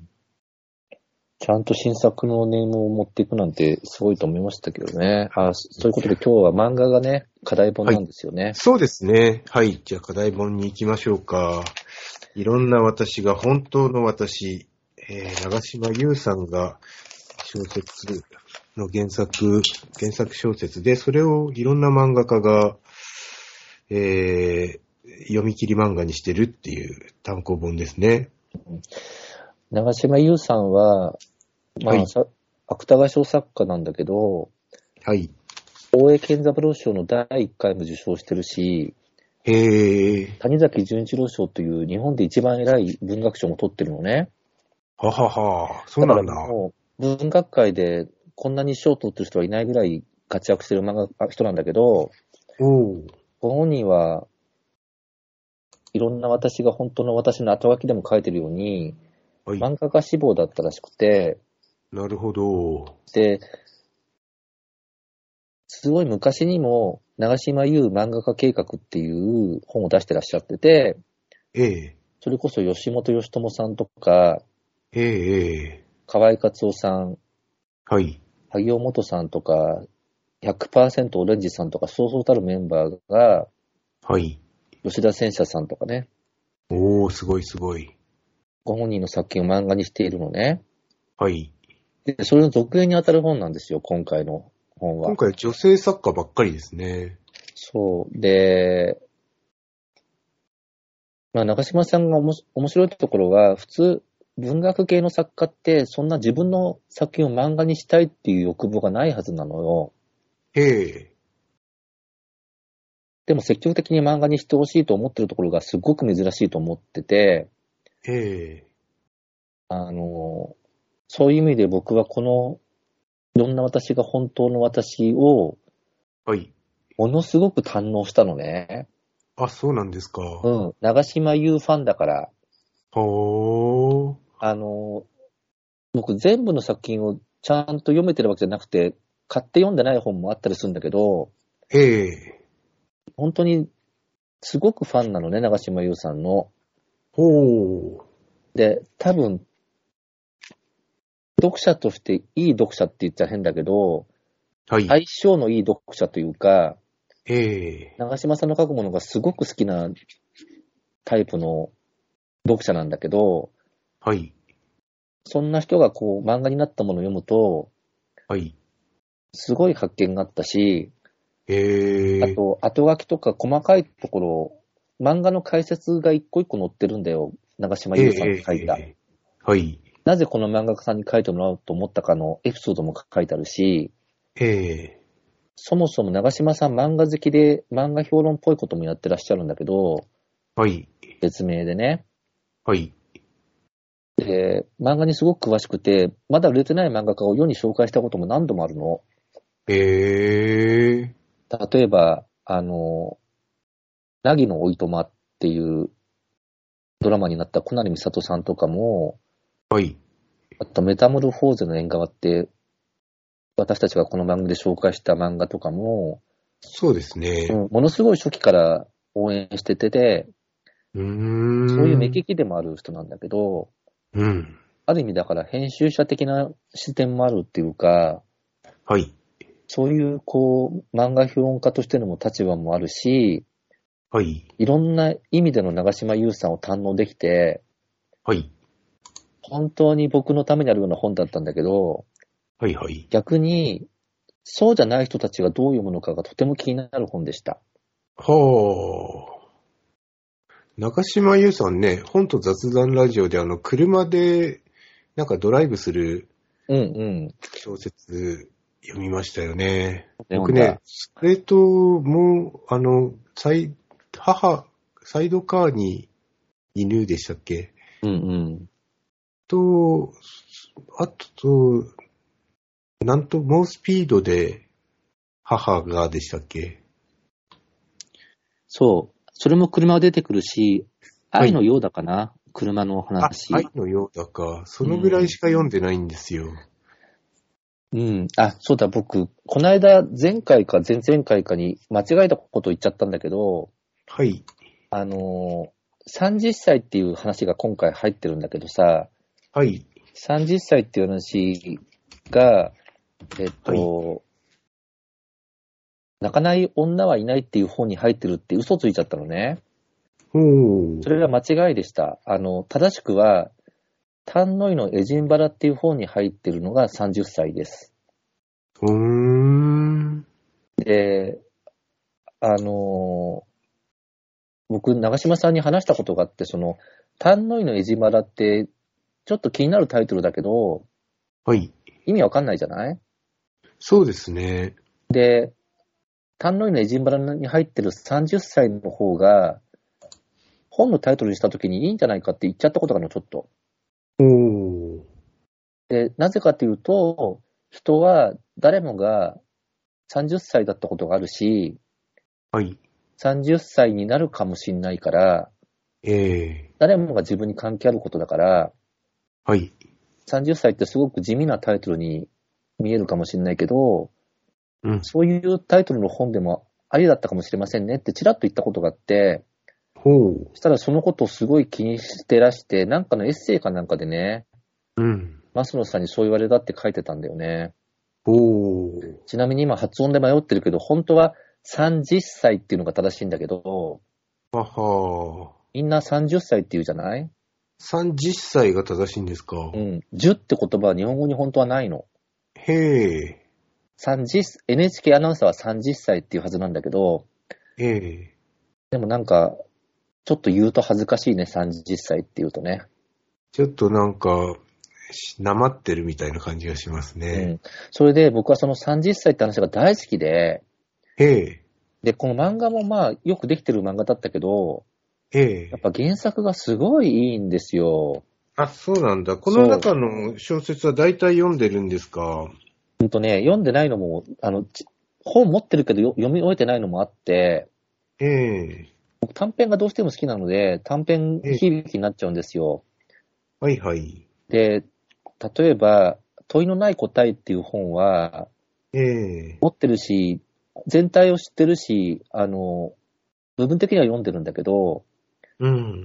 ちゃんと新作のネームを持っていくなんてすごいと思いましたけどね。あ、そういうことで今日は漫画がね、課題本はい。 なんですよね。 そうですね。はい。じゃあ課題本に行きましょうか。いろんな私が本当の私、えー、長島優さんが小説の原作、原作小説で、それをいろんな漫画家が、えー、読み切り漫画にしてるっていう単行本ですね。 長島優さんは、まあ、 はい。 さ芥川賞作家なんだけど、 はい。 大江健三郎賞のだいいっかいも受賞してるし、 へー。 谷崎潤一郎賞という日本で一番偉い文学賞も取ってるのね。 ははは。そうだからなんだ。 もう、文学界でこんなに賞を取ってる人はいないぐらい活躍してる漫画人なんだけど、 おー。 ご本人はいろんな私が本当の私の後書きでも書いてるように、 はい。 漫画家志望だったらしくて、 なるほど。 で、すごい昔にも、長島優漫画家計画っていう本を出してらっしゃってて、 ええ。 それこそ吉本義友さんとか、 ええ。ええ。 河合克夫さん、 はい。 萩尾元さんとか、ひゃくパーセントオレンジさんとか、そうそうたるメンバーが、 はい。 吉田戦車さんとかね、 おー、すごいすごい。 ご本人の作品を漫画にしているのね。 はい。 で、それの続編に当たる本なんですよ、今回の本は。 今回女性作家ばっかりですね。 そう。で、まあ、中島さんがおもし面白いところは、普通、文学系の作家って、そんな自分の作品を漫画にしたいっていう欲望がないはずなのよ。 へえ。 でも積極的に漫画にしてほしいと思ってるところがすごく珍しいと思ってて、 へえ。 あの、そういう意味で僕はこの、いろんな私が本当の私を、 はい。 ものすごく堪能したのね。 あ、そうなんですか。 うん。長島優ファンだから、 ほー。 あの、僕全部の作品をちゃんと読めてるわけじゃなくて、買って読んでない本もあったりするんだけど、 へえ。 本当にすごくファンなのね、長島優さんの。 ほー。 で、多分、読者としていい読者って言っちゃ変だけど、 はい。 相性のいい読者というか、 へえ。 長島さんの書くものがすごく好きなタイプの読者なんだけど、 はい。 そんな人がこう漫画になったものを読むと、 はい。 すごい発見があったし、あへえ。 と、後書きとか細かいところ、漫画の解説が一個一個載ってるんだよ。長島へ優さんが書いた。 え。はい。 なぜこの漫画家さんに書いてもらおうと思ったかのエピソードも書いてあるし、 へえ。 そもそも長島さん漫画好きで漫画評論っぽいこともやってらっしゃるんだけど、 はい。 別名でね。 はい。 で、漫画にすごく詳しくて、まだ売れてない漫画家を世に紹介したことも何度もあるの。 へえ。 例えば、あの、凪のおいとまっていうドラマになった小成美里さんとかも、 はい。 あとメタモルフォーゼの縁側って、私たちがこの番組で紹介した漫画とかも、 そうですね。 うん、ものすごい初期から応援してて、 うーん。 そういう目利きでもある人なんだけど、 うん。 ある意味だから編集者的な視点もあるっていうか、 はい。 そういうこう、漫画評論家としてのも立場もあるし、 はい。 いろんな意味での長島優さんを堪能できて、 はい。 本当に僕のためにあるような本だったんだけど、 はいはい。 逆に、そうじゃない人たちがどう読むのかがとても気になる本でした。 はあ。中島優さんね、本と雑談ラジオであの、車で、なんかドライブするうんうん。 小説読みましたよね。 読んだ。 僕ね、それと、もう、あの、サイ、母、サイドカーに犬でしたっけうんうん。 と、あと、なんと、猛スピードで母がでしたっけそう。それも車が出てくるし、 はい。 愛のようだかな、車のあ、愛話。 のようだか。そのぐらいうん。 しか読んでないんですよ。 うん。あ、そうだ、僕、この間、前回か前々回かに間違えたこと言っちゃったんだけど、 はい。 あのー、さんじゅっさいっていう話が今回入ってるんだけどさ、 はい。 さんじゅっさいっていう話が、えっはい。 と、泣かない女はいないっていう本に入ってるって嘘ついちゃったのね。 おー。 それが間違いでした。あの、正しくは、丹野井のエジンバラっていう本に入ってるのがさんじゅっさいです。 うーん。 で、あのー僕、長島さんに話したことがあって、その、丹野井のエジンバラって、ちょっと気になるタイトルだけど、 はい。 意味わかんないじゃない？ そうですね。 で、丹野井のエジンバラに入ってるさんじゅっさいの方が、本のタイトルにしたときにいいんじゃないかって言っちゃったことがあるの、ちょっと。 おー。 で、なぜかというと、人は誰もがさんじゅっさいだったことがあるし、 はい。 さんじゅっさいになるかもしれないから、 ええ誰もが自分に関係あることだから、 はい。 さんじゅっさいってすごく地味なタイトルに見えるかもしれないけど、 うん。 そういうタイトルの本でもありだったかもしれませんねってちらっと言ったことがあって、 ほう。 そしたらそのことをすごい気にしてらして、なんかのエッセイかなんかでね、 うん。 増野さんにそう言われたって書いてたんだよね。 ほう。 ちなみに今発音で迷ってるけど、本当はさんじゅっさいっていうのが正しいんだけど、 ははみんなさんじゅっさいって言うじゃない？ さんじゅっさいが正しいんですか？ うん。じゅうって言葉は日本語に本当はないの。 へえ。 さんじゅう、エヌエイチケー アナウンサーはさんじゅっさいっていうはずなんだけど、 ええ。 でもなんか、ちょっと言うと恥ずかしいね、さんじゅっさいって言うとね。 ちょっとなんか、しなまってるみたいな感じがしますね。 うん。それで僕はそのさんじゅっさいって話が大好きで、 へえ。 で、この漫画もまあよくできてる漫画だったけど、 へえ。 やっぱ原作がすごいいいんですよ。 あ、そうなんだ。このそう。 中の小説は大体読んでるんですか？ ほんとね、読んでないのも、あの、ち本持ってるけどよ読み終えてないのもあって、 ええ。 僕短編がどうしても好きなので、短編ええ。 響きになっちゃうんですよ。 はいはい。 で、例えば、問いのない答えっていう本は、 ええ。 持ってるし、全体を知ってるし、あの、部分的には読んでるんだけど、 うん。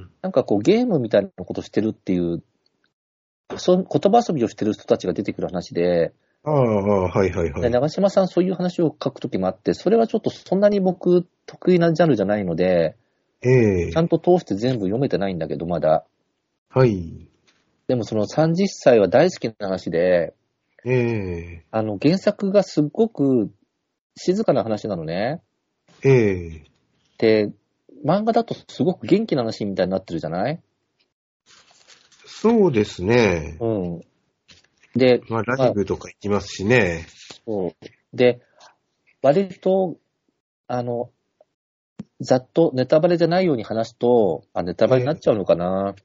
なんかこうゲームみたいなことしてるっていう、そ言葉遊びをしてる人たちが出てくる話で、 ああ、ああはいはいはでい。 長嶋さんそういう話を書くときもあって、それはちょっとそんなに僕得意なジャンルじゃないので、 ええ。 ちゃんと通して全部読めてないんだけど、まだ。 はい。 でもそのさんじゅっさいは大好きな話で、 ええ。 あの原作がすっごく静かな話なのね。 ええ。 で、漫画だとすごく元気な話みたいになってるじゃない？ そうですね。 うん。で、 まあ、ラまあ、 イブとか行きますしね。 そう。で、割と、あの、ざっとネタバレじゃないように話すと、あ、ネタバレになっちゃうのかな。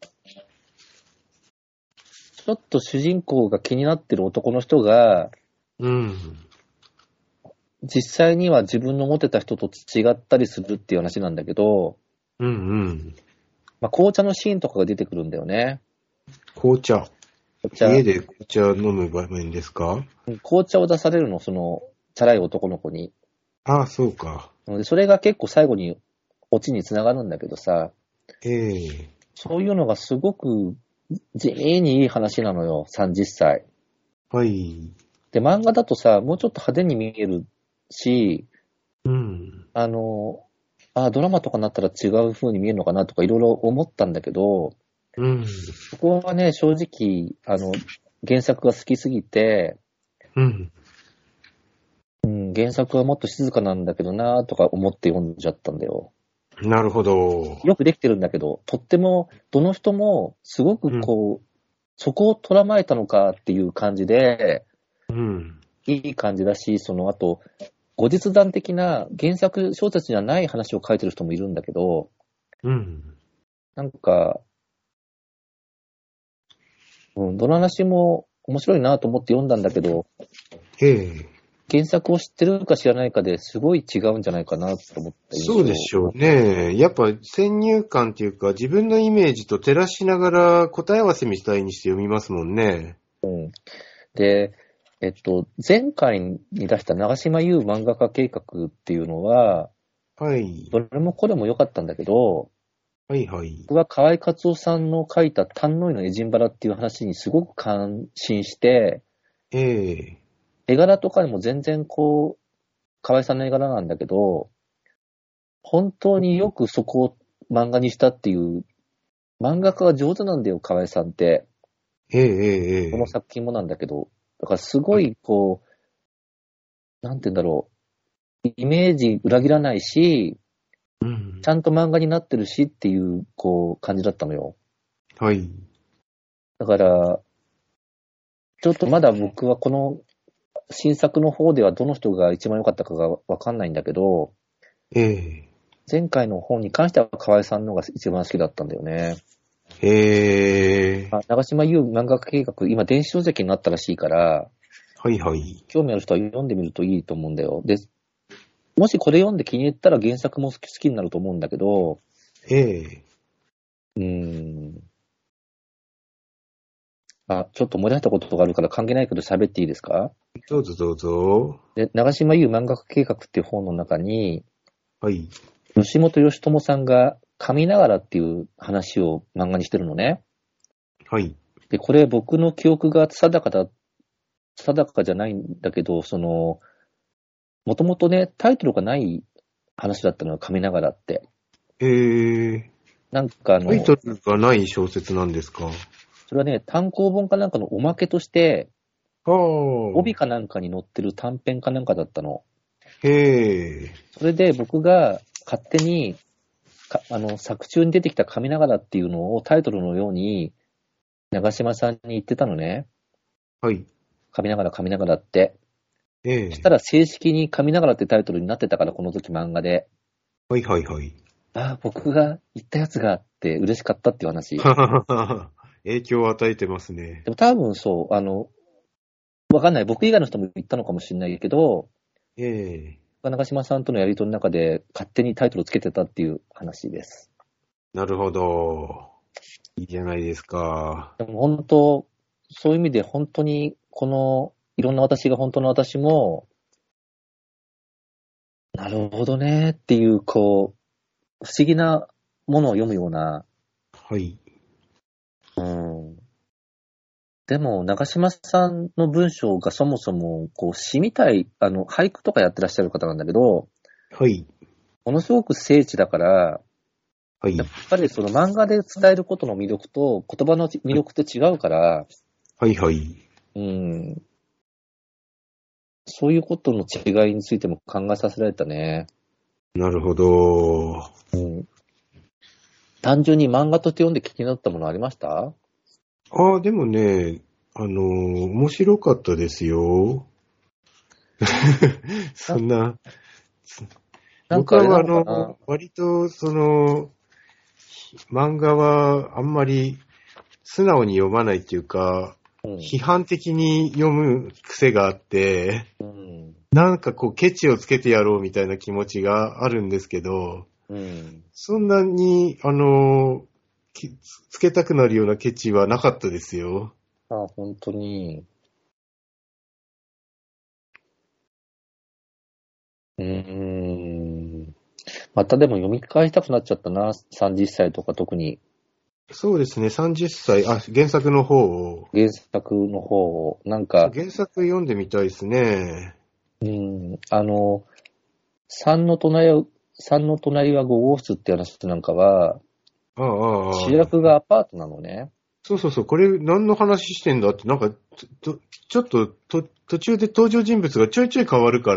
ちょっと主人公が気になってる男の人が、 うん。 実際には自分の持ってた人と違ったりするっていう話なんだけど、 うんうん。 まあ、紅茶のシーンとかが出てくるんだよね。 紅茶。 紅茶、 家で紅茶飲む場面ですか？ 紅茶を出されるの、その、チャラい男の子に。 ああ、そうか。 でそれが結構最後にオチにつながるんだけどさ、 ええ。 そういうのがすごく地味にいい話なのよ、さんじゅっさい。 はい。 で、漫画だとさ、もうちょっと派手に見えるし、 うん。 あの、あ、ドラマとかになったら違う風に見えるのかなとかいろいろ思ったんだけど、 うん。 そこはね、正直、あの、原作が好きすぎて、 うん。 うん、原作はもっと静かなんだけどなとか思って読んじゃったんだよ。 なるほど。 よくできてるんだけど、とっても、どの人もすごくこう、そこを捉まえたのかっていう感じで、 うん。 いい感じだし、その後、後日談的な原作小説にはない話を書いてる人もいるんだけど、 うん。 なんか、うん、どの話も面白いなと思って読んだんだけど、 ええ。 原作を知ってるか知らないかですごい違うんじゃないかなと思った印象。 そうでしょうね。やっぱ先入観っていうか、自分のイメージと照らしながら答え合わせみたいにして読みますもんね。 うん。で、えっと、前回に出した長島優漫画家計画っていうのは、 はい。 どれもこれも良かったんだけど、 はいはい。 僕は河合克夫さんの書いた丹野井のエジンバラっていう話にすごく感心して、 ええ。 絵柄とかにも全然こう、河合さんの絵柄なんだけど、本当によくそこを漫画にしたっていう、漫画家が上手なんだよ、河合さんって。 ええ、ええ、 このええ。 作品もなんだけど、だからすごいこう、なんて言うんだろう、イメージ裏切らないし、 うん。 ちゃんと漫画になってるしっていう、こう、感じだったのよ。 はい。 だから、ちょっとまだ僕はこの新作の方ではどの人が一番良かったかがわかんないんだけど、 ええ。 前回の方に関しては河合さんの方が一番好きだったんだよね。 ええ。 あ、長島優漫画家計画、今電子書籍になったらしいから、 はいはい。 興味ある人は読んでみるといいと思うんだよ。で、もしこれ読んで気に入ったら原作も好き好きになると思うんだけど、 ええ。 うーん。あ、ちょっと思い出したことがあるから関係ないけど喋っていいですか？ どうぞどうぞ。 で、長島優漫画家計画っていう本の中に、 はい。 吉本義友さんが噛みながらっていう話を漫画にしてるのね。 はい。 で、これ僕の記憶が定かだ、定かじゃないんだけど、その、もともとね、タイトルがない話だったのよ、噛みながらって。 ええ。 なんかあの、 タイトルがない小説なんですか？ それはね、単行本かなんかのおまけとして、 ああ。 帯かなんかに載ってる短編かなんかだったの。 へえ。 それで僕が勝手に、かあの、作中に出てきた噛みながらっていうのをタイトルのように、長島さんに言ってたのね。 はい。 噛みながら噛みながらって。 ええ。 そしたら正式に噛みながらってタイトルになってたから、この時漫画で。 はいはいはい。 ああ、僕が言ったやつがあって嬉しかったっていう話。 はははは。影響を与えてますね。 でも多分そう、あの、わかんない。僕以外の人も言ったのかもしれないけど、 ええ。 長島さんとのやりとりの中で勝手にタイトルをつけてたっていう話です。 なるほど。いいじゃないですか。 でも本当、そういう意味で本当に、この、いろんな私が本当の私も、なるほどねっていう、こう、不思議なものを読むような、 はい。 うん。でも、長島さんの文章がそもそも、こう、詩みたい、あの、俳句とかやってらっしゃる方なんだけど、 はい。 ものすごく精緻だから、 はい。 やっぱりその漫画で伝えることの魅力と言葉の魅力って違うから、 はいはい。 うん、そういうことの違いについても考えさせられたね。 なるほど。 うん、単純に漫画として読んで気になったものありました？ ああ、でもね、あのー面白かったですよ。そんな、 なんかあれな僕はあのかな？ の、割とその、漫画はあんまり素直に読まないっていうか、 うん。 批判的に読む癖があって、 うん。 なんかこうケチをつけてやろうみたいな気持ちがあるんですけど、 うん。 そんなに、あの、きつけたくなるようなケチはなかったですよ。 あ、本当に。うーん。またでも読み返したくなっちゃったな。さんじゅっさいとか特に。 そうですね、さんじゅっさい、あ、原作の方を。 原作の方を、なんか、 原作読んでみたいですね。 うん、あの、三の隣は、三の隣はご号室って話なんかは、 ああ、ああ、 主役がアパートなのね。 そうそうそう、これ何の話してんだって、なんか、とちょっとと途中で登場人物がちょいちょい変わるから、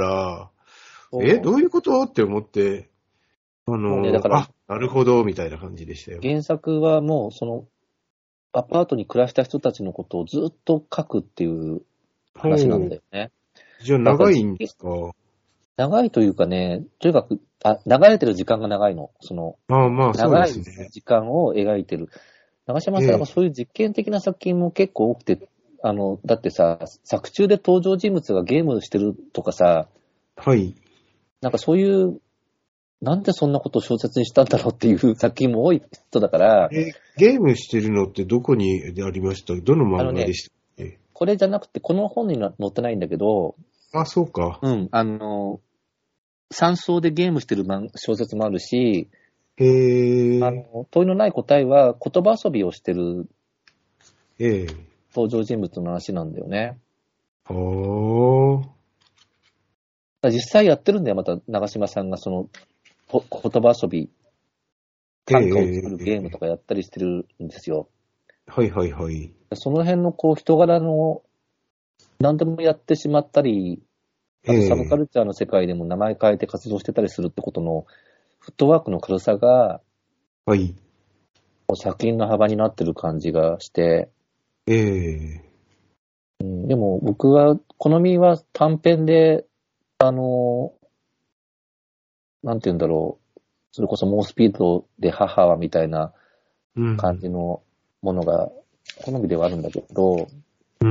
え、どういうことって思って、あもうね、だの、 から、 あ、なるほど、みたいな感じでしたよ。 原作はもう、その、アパートに暮らした人たちのことをずっと書くっていうほ話なんだう。 よね。 じゃあだから長いんですか？ 長いというかね、とにかく、あ、流れてる時間が長いの。その、 ああ、まあそうで長いすね。 時間を描いてる。長嶋さんはええ、 そういう実験的な作品も結構多くて、あの、だってさ、作中で登場人物がゲームしてるとかさ、 はい。 なんかそういう、なんでそんなことを小説にしたんだろうっていう作品も多い人だから、 え、ゲームしてるのってどこにありました？どのあのね、 漫画でしたっけ？ これじゃなくて、この本には載ってないんだけど、 あ、そうか。 うん、あの、山荘でゲームしてる漫小説もあるし、 へえ、 あの、問いのない答えは言葉遊びをしてるええ、 登場人物の話なんだよね。 はあ、 だから実際やってるんだよ、また長嶋さんがその、こ言葉遊び、 ええ、 短歌を作ええ、 るゲームとかやったりしてるんですよ。 はいはいはい。 その辺のこう人柄の何でもやってしまったり、 えあとサブカえ、 ルチャーの世界でも名前変えて活動してたりするってことのフットワークの軽さがはい。 作品の幅になってる感じがして、 ええ、 うん、でも僕は好みは短編で、あの、なんて言うんだろう、それこそ猛スピードで母はみたいなうん。 感じのものが好みではあるんだけど、 うん。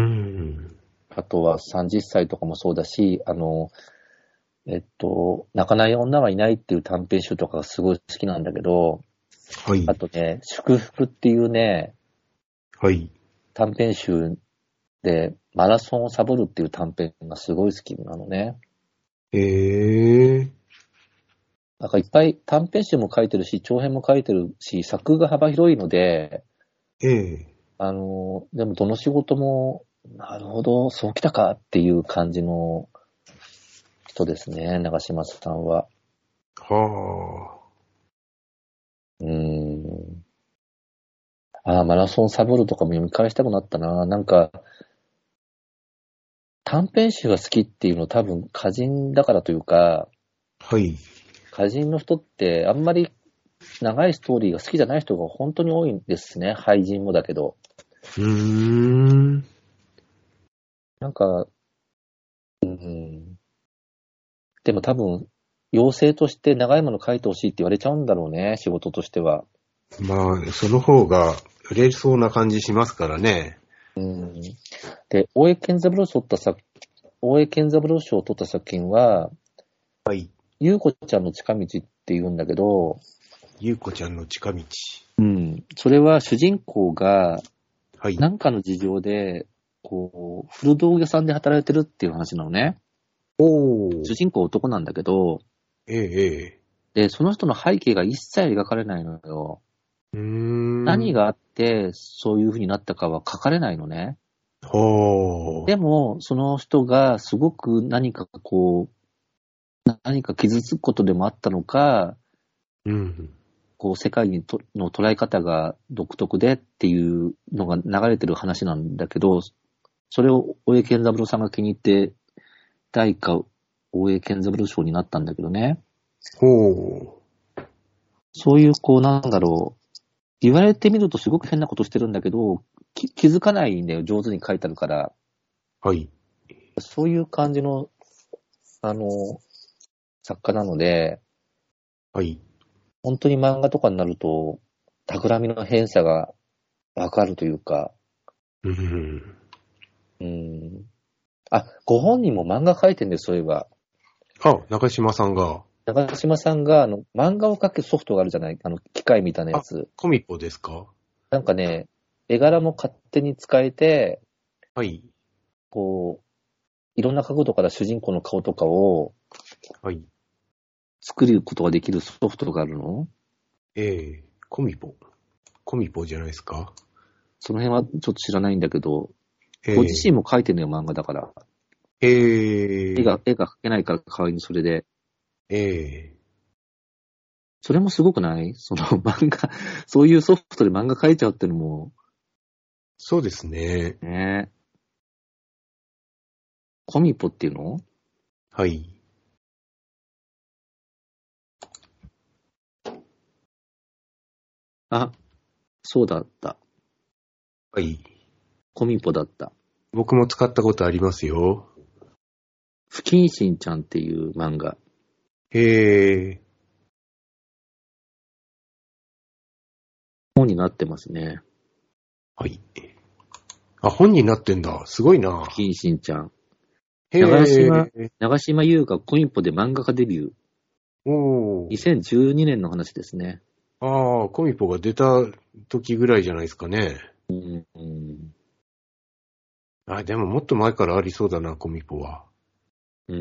あとはさんじゅっさいとかもそうだし、あの、えっと、泣かない女はいないっていう短編集とかがすごい好きなんだけど、 はい。 あとね、祝福っていうね、 はい。 短編集でマラソンをサボるっていう短編がすごい好きなのね。 ええ、 なんかいっぱい短編集も書いてるし、長編も書いてるし、作が幅広いので、 ええ、 あの、でもどの仕事も、なるほど、そうきたかっていう感じの人ですね、長嶋さんは。 はあ。 うーん。ああ、マラソンサボるとかも読み返したくなったな。なんか、短編集が好きっていうの多分歌人だからというか、 はい。 歌人の人ってあんまり長いストーリーが好きじゃない人が本当に多いんですね。俳人もだけど。 うーん。 なんか、うん。でも多分、要請として長いもの書いてほしいって言われちゃうんだろうね、仕事としては。 まあ、その方が売れそうな感じしますからね。 うん。で、大江健三郎賞を取った作、大江健三郎賞を取った作品は、 はい。 ゆうこちゃんの近道って言うんだけど、 ゆうこちゃんの近道。 うん。それは主人公がはい。 何かの事情で、こう、古道具屋さんで働いてるっていう話なのね。 おー。 主人公男なんだけど、 ええ、ええ。 で、その人の背景が一切描かれないのよ。 うーん。 何があって、そういう風になったかは書かれないのね。 はあ。 でも、その人がすごく何かこう、何か傷つくことでもあったのか、 うん。 こう、世界にとの捉え方が独特でっていうのが流れてる話なんだけど、それを大江健三郎さんが気に入って、第一回大江健三郎賞になったんだけどね。 ほう。 そういう、こう、なんだろう。言われてみるとすごく変なことしてるんだけど、き気づかないんだよ。上手に書いてあるから。 はい。 そういう感じの、あの、作家なので、 はい。 本当に漫画とかになると、企みの偏差がわかるというか、 うん。 うん。あ、ご本人も漫画描いてんです、そういえば。 あ、中島さんが。 長嶋さんが、あの、漫画を描くソフトがあるじゃない、あの、機械みたいなやあ、 つ。 コミポですか？ なんかね、絵柄も勝手に使えて、 はい。 こう、いろんな角度から主人公の顔とかをはい。 作ることができるソフトがあるの。 ええ、コミポ。 コミポじゃないですか。 その辺はちょっと知らないんだけど、 えー、 ご自身も描いてるのよ、漫画だから。 えー、 絵が、絵が描けないから代わりにそれで。 えー、 それもすごくない？その漫画、そういうソフトで漫画描いちゃうってのも。 そうですね。 ね。コミポっていうの？ はい。 あ、そうだった。 はい。 コミポだった。 僕も使ったことありますよ。 不謹慎ちゃんっていう漫画。 へえ。 本になってますね。 はい。あ、本になってんだ。すごいな。 不謹慎ちゃん。 へ長島、 え。 長島優がコミポで漫画家デビュー。 おー。 にせんじゅうにねんの話ですね。 ああ、コミポが出た時ぐらいじゃないですかね。 うんうん、 あ、でももっと前からありそうだな、コミポは。 うん。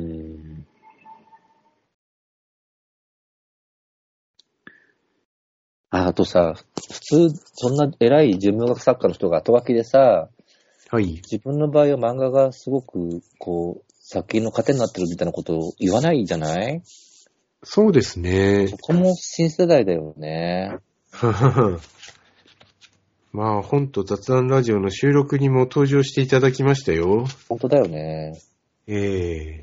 あ、あとさ、普通、そんな偉い人文学作家の人が後書きでさ、 はい。 自分の場合は漫画がすごく、こう、作品の糧になってるみたいなことを言わないじゃない？ そうですね。 そこも新世代だよね。 まあ、本と雑談ラジオの収録にも登場していただきましたよ。 本当だよね。 ええ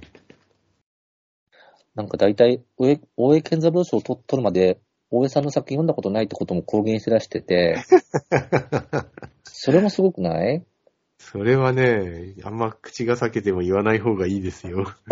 なんか大体、大江健三郎賞を取取るまで、大江さんの作品読んだことないってことも公言してらしてて、それもすごくない？ それはね、あんま口が裂けても言わない方がいいですよ。 うん。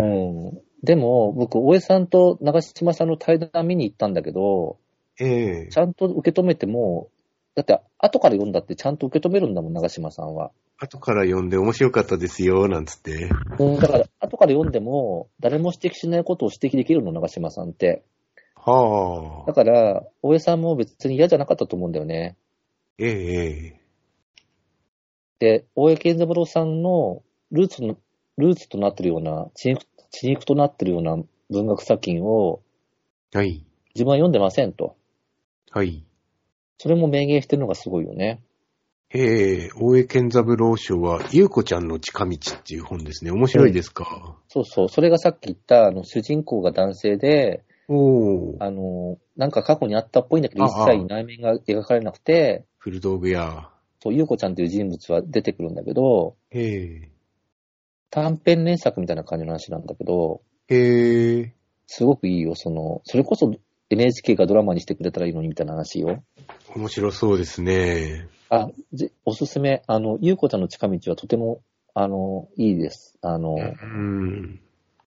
でも、僕、大江さんと長嶋さんの対談見に行ったんだけど、 ええちゃんと受け止めても、だって後から読んだってちゃんと受け止めるんだもん、長嶋さんは。 後から読んで面白かったですよ、なんつって。 うん、だから後から読んでも、誰も指摘しないことを指摘できるの、長嶋さんって。 はあ。 だから、大江さんも別に嫌じゃなかったと思うんだよね。 ええで、大江健三郎さんのルーツの、ルーツとなってるような、血肉、血肉となってるような文学作品をはい。 自分は読んでませんと。 はい。 それも明言してるのがすごいよね。 ええ大江健三郎賞は、ゆうこちゃんの近道っていう本ですね。面白いですか？ そうそう。それがさっき言った、あの、主人公が男性で、 おー。 あの、なんか過去にあったっぽいんだけど、 ああ一切内面が描かれなくて、 古道具屋。 そう、ゆうこちゃんという人物は出てくるんだけど、 え短編連作みたいな感じの話なんだけど、 えへえ。 すごくいいよ。その、それこそ エヌエイチケー がドラマにしてくれたらいいのにみたいな話よ。 面白そうですね。 あ、ぜおすすめ。あの、ゆうこちゃんの近道はとても、あの、いいです。あの、 うん。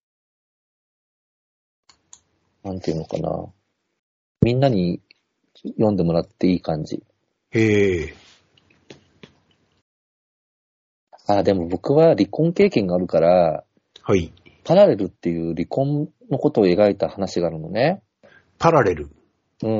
なんていうのかな。みんなに読んでもらっていい感じ。 へえ。 あ、でも僕は離婚経験があるから、 はい。 パラレルっていう離婚のことを描いた話があるのね。 パラレル。 うん。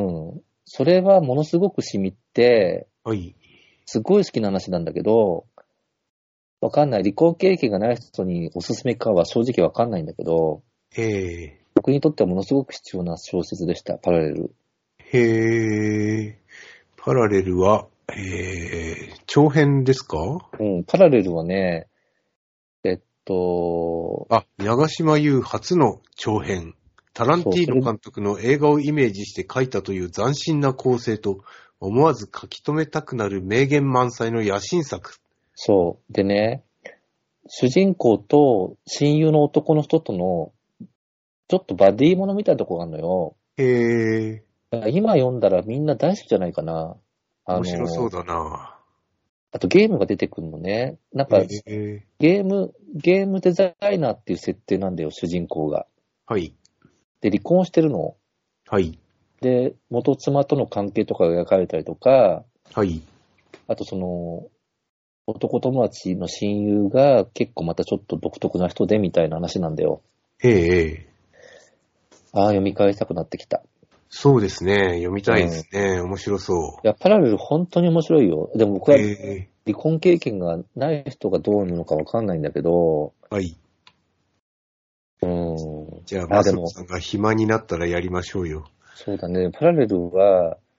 それはものすごく染みて、 はい。 すごい好きな話なんだけど、わかんない。離婚経験がない人におすすめかは正直わかんないんだけど、 へえ。 僕にとってはものすごく必要な小説でした、パラレル。 へえ。パラレルは、えー、長編ですか？ うん、パラレルはね、えっと、 あ、長島優初の長編。タランティーノ監督の映画をイメージして書いたという斬新な構成と、思わず書き留めたくなる名言満載の野心作。 そう。でね、主人公と親友の男の人との、ちょっとバディものみたいなとこがあるのよ。 へえ。 今読んだらみんな大好きじゃないかな。あの、 面白そうだな。 あとゲームが出てくるのね。なんか、 へえ。 ゲーム、ゲームデザイナーっていう設定なんだよ、主人公が。 はい。 で、離婚してるの。 はい。 で、元妻との関係とかが描かれたりとか、 はい。 あとその、男友達の親友が結構またちょっと独特な人でみたいな話なんだよ。 へえ。 ああ、読み返したくなってきた。 そうですね。読みたいですね。うん、面白そいや、パラレル本当に面白いよ。でも僕う。 はへえ。 離婚経験がない人がどうなのかわかんないんだけど、 はい。 うん。 じゃあ、 あ、でも、 マスコさんが暇になったらやりましょうよ。 そうだね。パラレルは、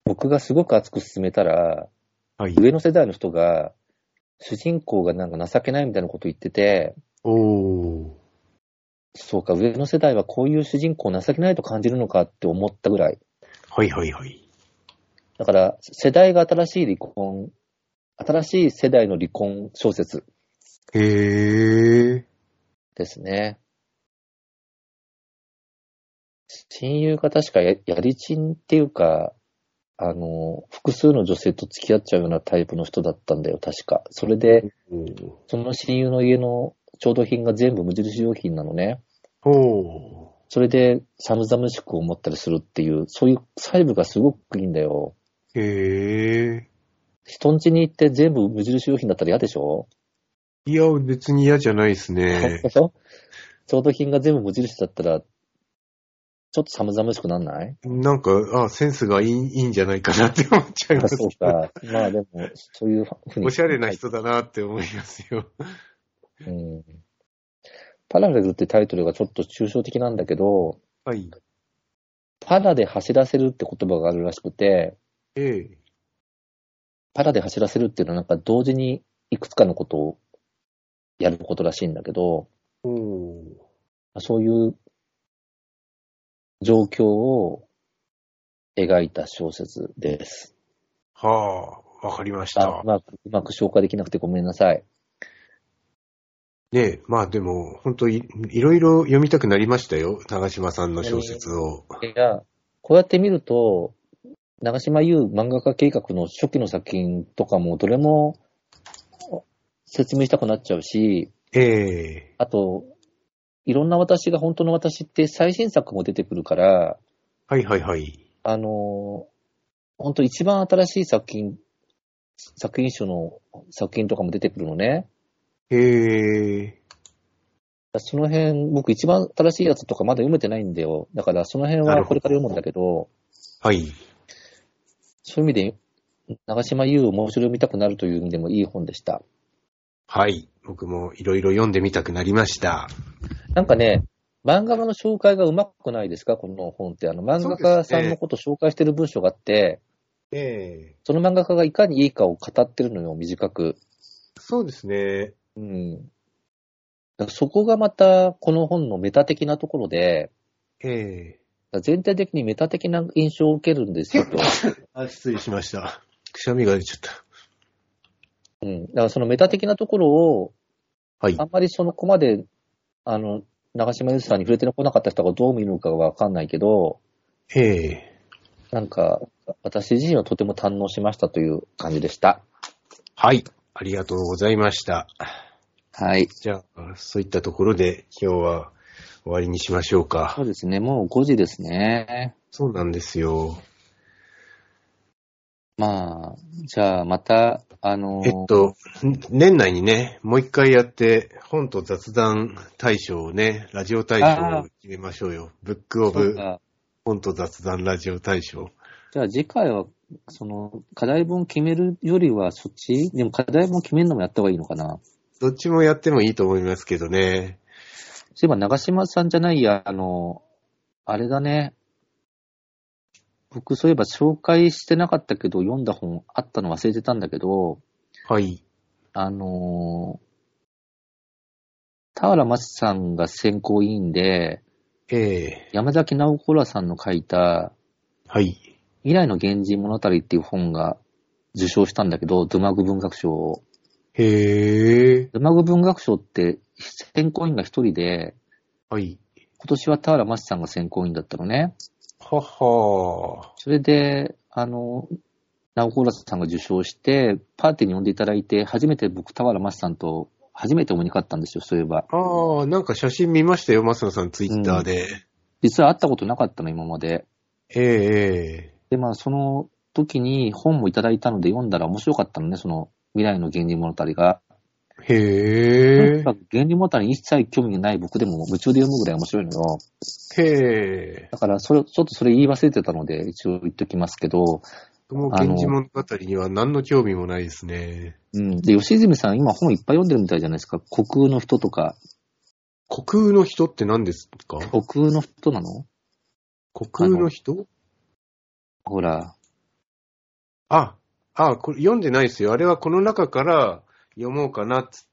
僕がすごく熱く進めたら、 はい。 上の世代の人が、主人公がなんか情けないみたいなこと言ってて、 おー。 そうか、上の世代はこういう主人公を情けないと感じるのかって思ったぐらい。 はいはいはい。 だから、世代が新しい離婚、新しい世代の離婚小説へー。 ですね。親友が確かや、やりちんっていうか、あの、複数の女性と付き合っちゃうようなタイプの人だったんだよ、確か。それで、その親友の家の調度品が全部無印良品なのね。 おー。 それで寒々しく思ったりするっていう、そういう細部がすごくいいんだよ。 へー。 人ん家に行って全部無印良品だったら嫌でしょ？ いや、別に嫌じゃないですね。 でしょ？調度品が全部無印だったら、ちょっと寒々しくなんない？ なんか、あ、センスがいい、いいんじゃないかなって思っちゃいます。 そうか。まあでも、そういうふうに。 おしゃれな人だなって思いますよ。 うん。パラレルってタイトルがちょっと抽象的なんだけど、 はい。 パラで走らせるって言葉があるらしくて、 ええ。 パラで走らせるっていうのはなんか同時にいくつかのことをやることらしいんだけど、 おー。 そういう状況を描いた小説です。 はあ、わかりましあ、 たう。まく、うまく消化できなくてごめんなさい。 ねえ、まあでも、本当い、いろいろ読みたくなりましたよ。長島さんの小説を。 いや、こうやって見ると、長島優漫画家計画の初期の作品とかもどれも説明したくなっちゃうし、 ええ。 あと、いろんな私が本当の私って最新作も出てくるから、 はいはいはい。 あの、本当一番新しい作品、作品集の作品とかも出てくるのね。 ええ。 その辺、僕一番新しいやつとかまだ読めてないんだよ。だからその辺はこれから読むんだけど、 はい。 そういう意味で、長島優をもう一度読みたくなるという意味でもいい本でした。 はい。僕もいろいろ読んでみたくなりました。 なんかね、漫画家の紹介がうまくないですかこの本って。あの、漫画家さんのことを紹介してる文章があって、 ええ。 その漫画家がいかにいいかを語ってるのよ、短く。 そうですね。 うん。だからそこがまた、この本のメタ的なところで、 ええ。 全体的にメタ的な印象を受けるんですよ。 あ、失礼しました。くしゃみが出ちゃった。 うん。だからそのメタ的なところを、 はいあ。んまりそのこまで、あの、長島優さんに触れてこなかった人がどう見るのかわかんないけど、 ええ。 なんか、私自身はとても堪能しましたという感じでした。 はい。ありがとうございました。 はい。 じゃあ、そういったところで今日は終わりにしましょうか。 そうですね。もうごじですね。 そうなんですよ。 まあ、じゃあまた、あのー、 えっと、年内にね、もう一回やって、本と雑談大賞をね、ラジオ大賞を決めましょうよ。ブックオブ本と雑談ラジオ大賞。 じゃあ次回は、その、課題本決めるよりはそっち？でも課題本決めるのもやった方がいいのかな？ どっちもやってもいいと思いますけどね。 そういえば長島さんじゃないや、あの、あれだね。僕そういえば紹介してなかったけど、読んだ本あったの忘れてたんだけど、 はい。 あの、田原町さんが選考委員で、 ええ。 山崎直子らさんの書いた、 はい。 未来の源氏物語っていう本が受賞したんだけど、ドゥマグ文学賞を。 へえ。 ドゥマグ文学賞って選考委員が一人で、 はい。 今年は田原町さんが選考委員だったのね。 ははそれで、あの、直子らさんが受賞して、パーティーに呼んでいただいて、初めて僕、田原町さんと初めてお目にかかったんですよ、そういえば。 ああ、なんか写真見ましたよ、増野さん、ツイッターで。うん、 実は会ったことなかったの、今まで。 ええー。 で、まあ、その時に本もいただいたので読んだら面白かったのね、その未来の源氏物語が。 へえ。 源氏物語に一切興味がない僕でも夢中で読むぐらい面白いのよ。 へえ。 だから、それ、ちょっとそれ言い忘れてたので、一応言っときますけど。 もう源氏物語には何の興味もないですね。 うん。で、吉住さん今本いっぱい読んでるみたいじゃないですか。虚空の人とか。 虚空の人って何ですか？ 虚空の人なの？ 虚空の人？ ほら、 あ、あ、これ読んでないですよ。あれはこの中から読もうかなっつって、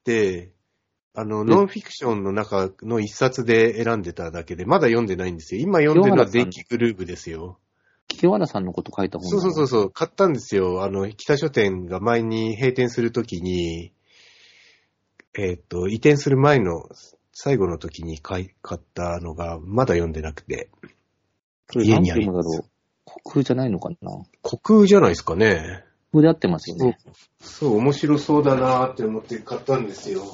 あの、ノンフィクションの中の一冊で選んでただけで、まだ読んでないんですよ。今読んでるのは電気グルーヴですよ。 清原さんのこと書いた本そうなの？ そうそうそう、買ったんですよ。あの、北書店が前に閉店するときに、えっと、移転する前の最後の時に買い、買ったのが、まだ読んでなくて。 それ何て読むだろう。虚空じゃないのかな？ 虚空じゃないですかね。 虚空で合ってますよね。 そう、そう面白そうだなーって思って買ったんですよ。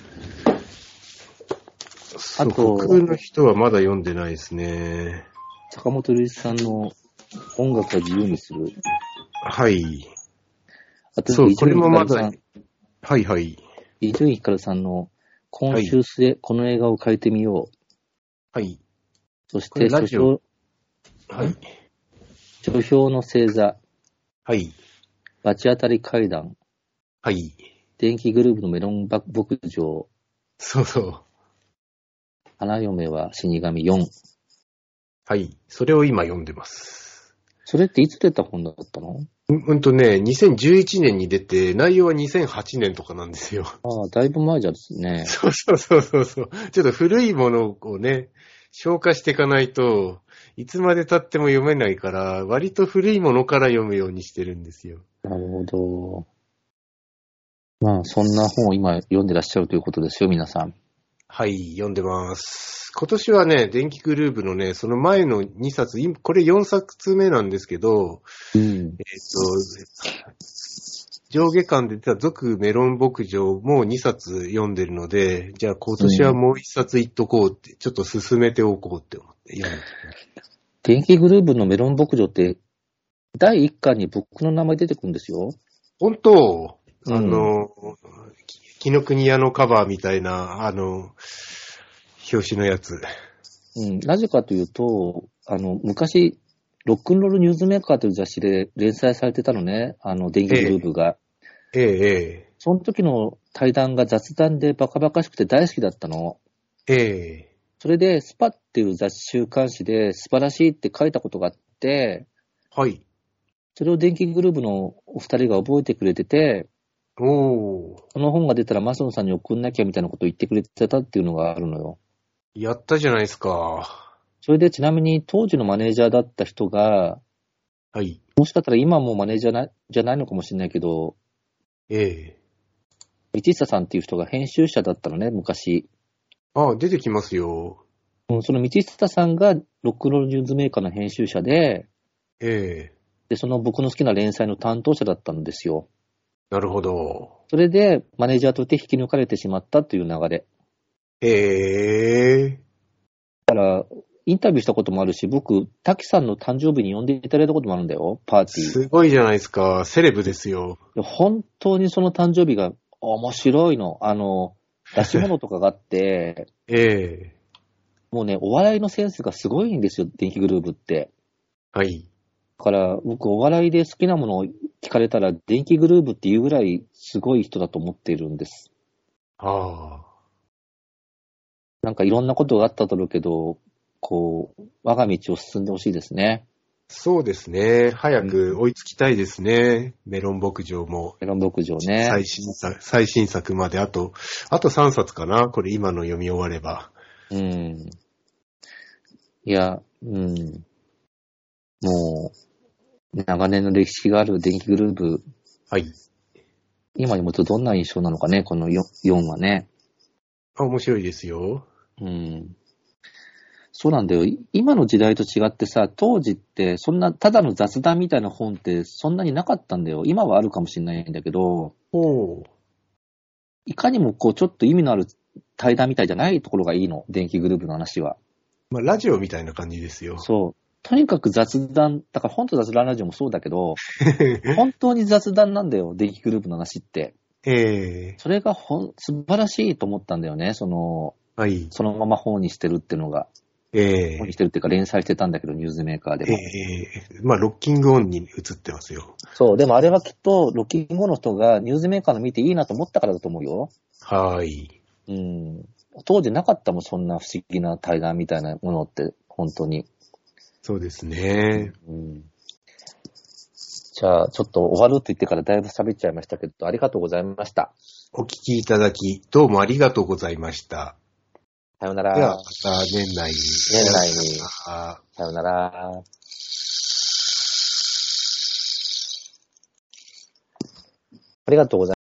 あと、虚空の人はまだ読んでないですね。 坂本龍一さんの音楽を自由にする。 はい。 あと、 そう、これもまだ、はいはい。 伊集院光さんの今週末この映画を変えてみよう。はい。そして、書評、 はい。 書評の星座。 はい。 罰当たり階段。 はい。 電気グループのメロン牧場。 そうそう。 花嫁は死神よん。 はい。それを今読んでます。 それっていつ出た本だったの？ うんとね、にせんじゅういちねんに出て、内容はにせんはちねんとかなんですよ。 ああ、だいぶ前じゃですね。 そうそうそうそうそう。ちょっと古いものをね、消化していかないと、いつまで経っても読めないから、割と古いものから読むようにしてるんですよ。 なるほど。まあ、そんな本を今読んでらっしゃるということですよ、皆さん。 はい、読んでます。今年はね、電気グルーヴのね、その前のにさつ、これよんさつめなんですけど、うん、えっと、上下巻で出た続メロン牧場もにさつ読んでるので、じゃあ今年はもういっさついっとこうって、うん、ちょっと進めておこうって思って読んでます。 電気グルーヴのメロン牧場って、だいいっかんに僕の名前出てくるんですよ。 本当？あの、うん紀ノ国屋のカバーみたいな、あの、表紙のやつ。 うん。なぜかというと、あの、昔、ロックンロールニュースメーカーという雑誌で連載されてたのね、あの、電気グルーヴが。 ええ、ええ。 その時の対談が雑談でバカバカしくて大好きだったの。 ええ。 それで、スパっていう雑誌週刊誌で素晴らしいって書いたことがあって、 はい。 それを電気グルーヴのお二人が覚えてくれてて、 おー。 この本が出たらマスノさんに送んなきゃみたいなことを言ってくれてたっていうのがあるのよ。 やったじゃないですか。 それでちなみに当時のマネージャーだった人が、 はい。 もしかしたら今もマネージャーなじゃないのかもしれないけど、 ええ。 道下さんっていう人が編集者だったのね、昔。 ああ、出てきますよ。 うん、その道下さんがロックンロールニュースメーカーの編集者で、 ええ。 で、その僕の好きな連載の担当者だったんですよ。 なるほど。 それで、マネージャーとして引き抜かれてしまったという流れ。 へえ。 だから、インタビューしたこともあるし、僕、滝さんの誕生日に呼んでいただいたこともあるんだよ、パーティー。 すごいじゃないですか。セレブですよ。 本当にその誕生日が面白いの。あの、出し物とかがあって、 ええ。 もうね、お笑いのセンスがすごいんですよ、電気グルーヴって。 はい。 だから、僕、お笑いで好きなものを聞かれたら、電気グルーヴっていうぐらいすごい人だと思っているんです。 ああ。 なんかいろんなことがあっただろうけど、こう、我が道を進んでほしいですね。 そうですね。早く追いつきたいですね。うん、メロン牧場も。 メロン牧場ね。 最新作、最新作まであと、あとさんさつかな。これ今の読み終われば。 うん。いや、うん。もう、長年の歴史がある電気グルーヴ。 はい。 今読むとどんな印象なのかね、この よん, よんはね。 あ、面白いですよ。 うん。そうなんだよ。今の時代と違ってさ、当時ってそんなただの雑談みたいな本ってそんなになかったんだよ。今はあるかもしれないんだけど、 おー。 いかにもこうちょっと意味のある対談みたいじゃないところがいいの、電気グルーヴの話は。 まあ、ラジオみたいな感じですよ。 そう。とにかく雑談、だから本当雑談ラジオもそうだけど、本当に雑談なんだよ、電気グルーヴの話って。 ええー。 それがほん素晴らしいと思ったんだよね、その、 はい。 そのまま本にしてるっていうのが。 ええー。 本にしてるっていうか連載してたんだけど、ニュースメーカーでも。 ええー。まあ、ロッキングオンに映ってますよ。 そう、でもあれはきっと、ロッキング後の人がニュースメーカーの見ていいなと思ったからだと思うよ。 はい。 うん。当時なかったもん、そんな不思議な対談みたいなものって、本当に。 そうですね。 うん。 じゃあ、ちょっと終わるって言ってからだいぶ喋っちゃいましたけど、ありがとうございました。 お聞きいただき、どうもありがとうございました。 さようなら。 では、また年内に。 年内に。さようなら。ありがとうございます。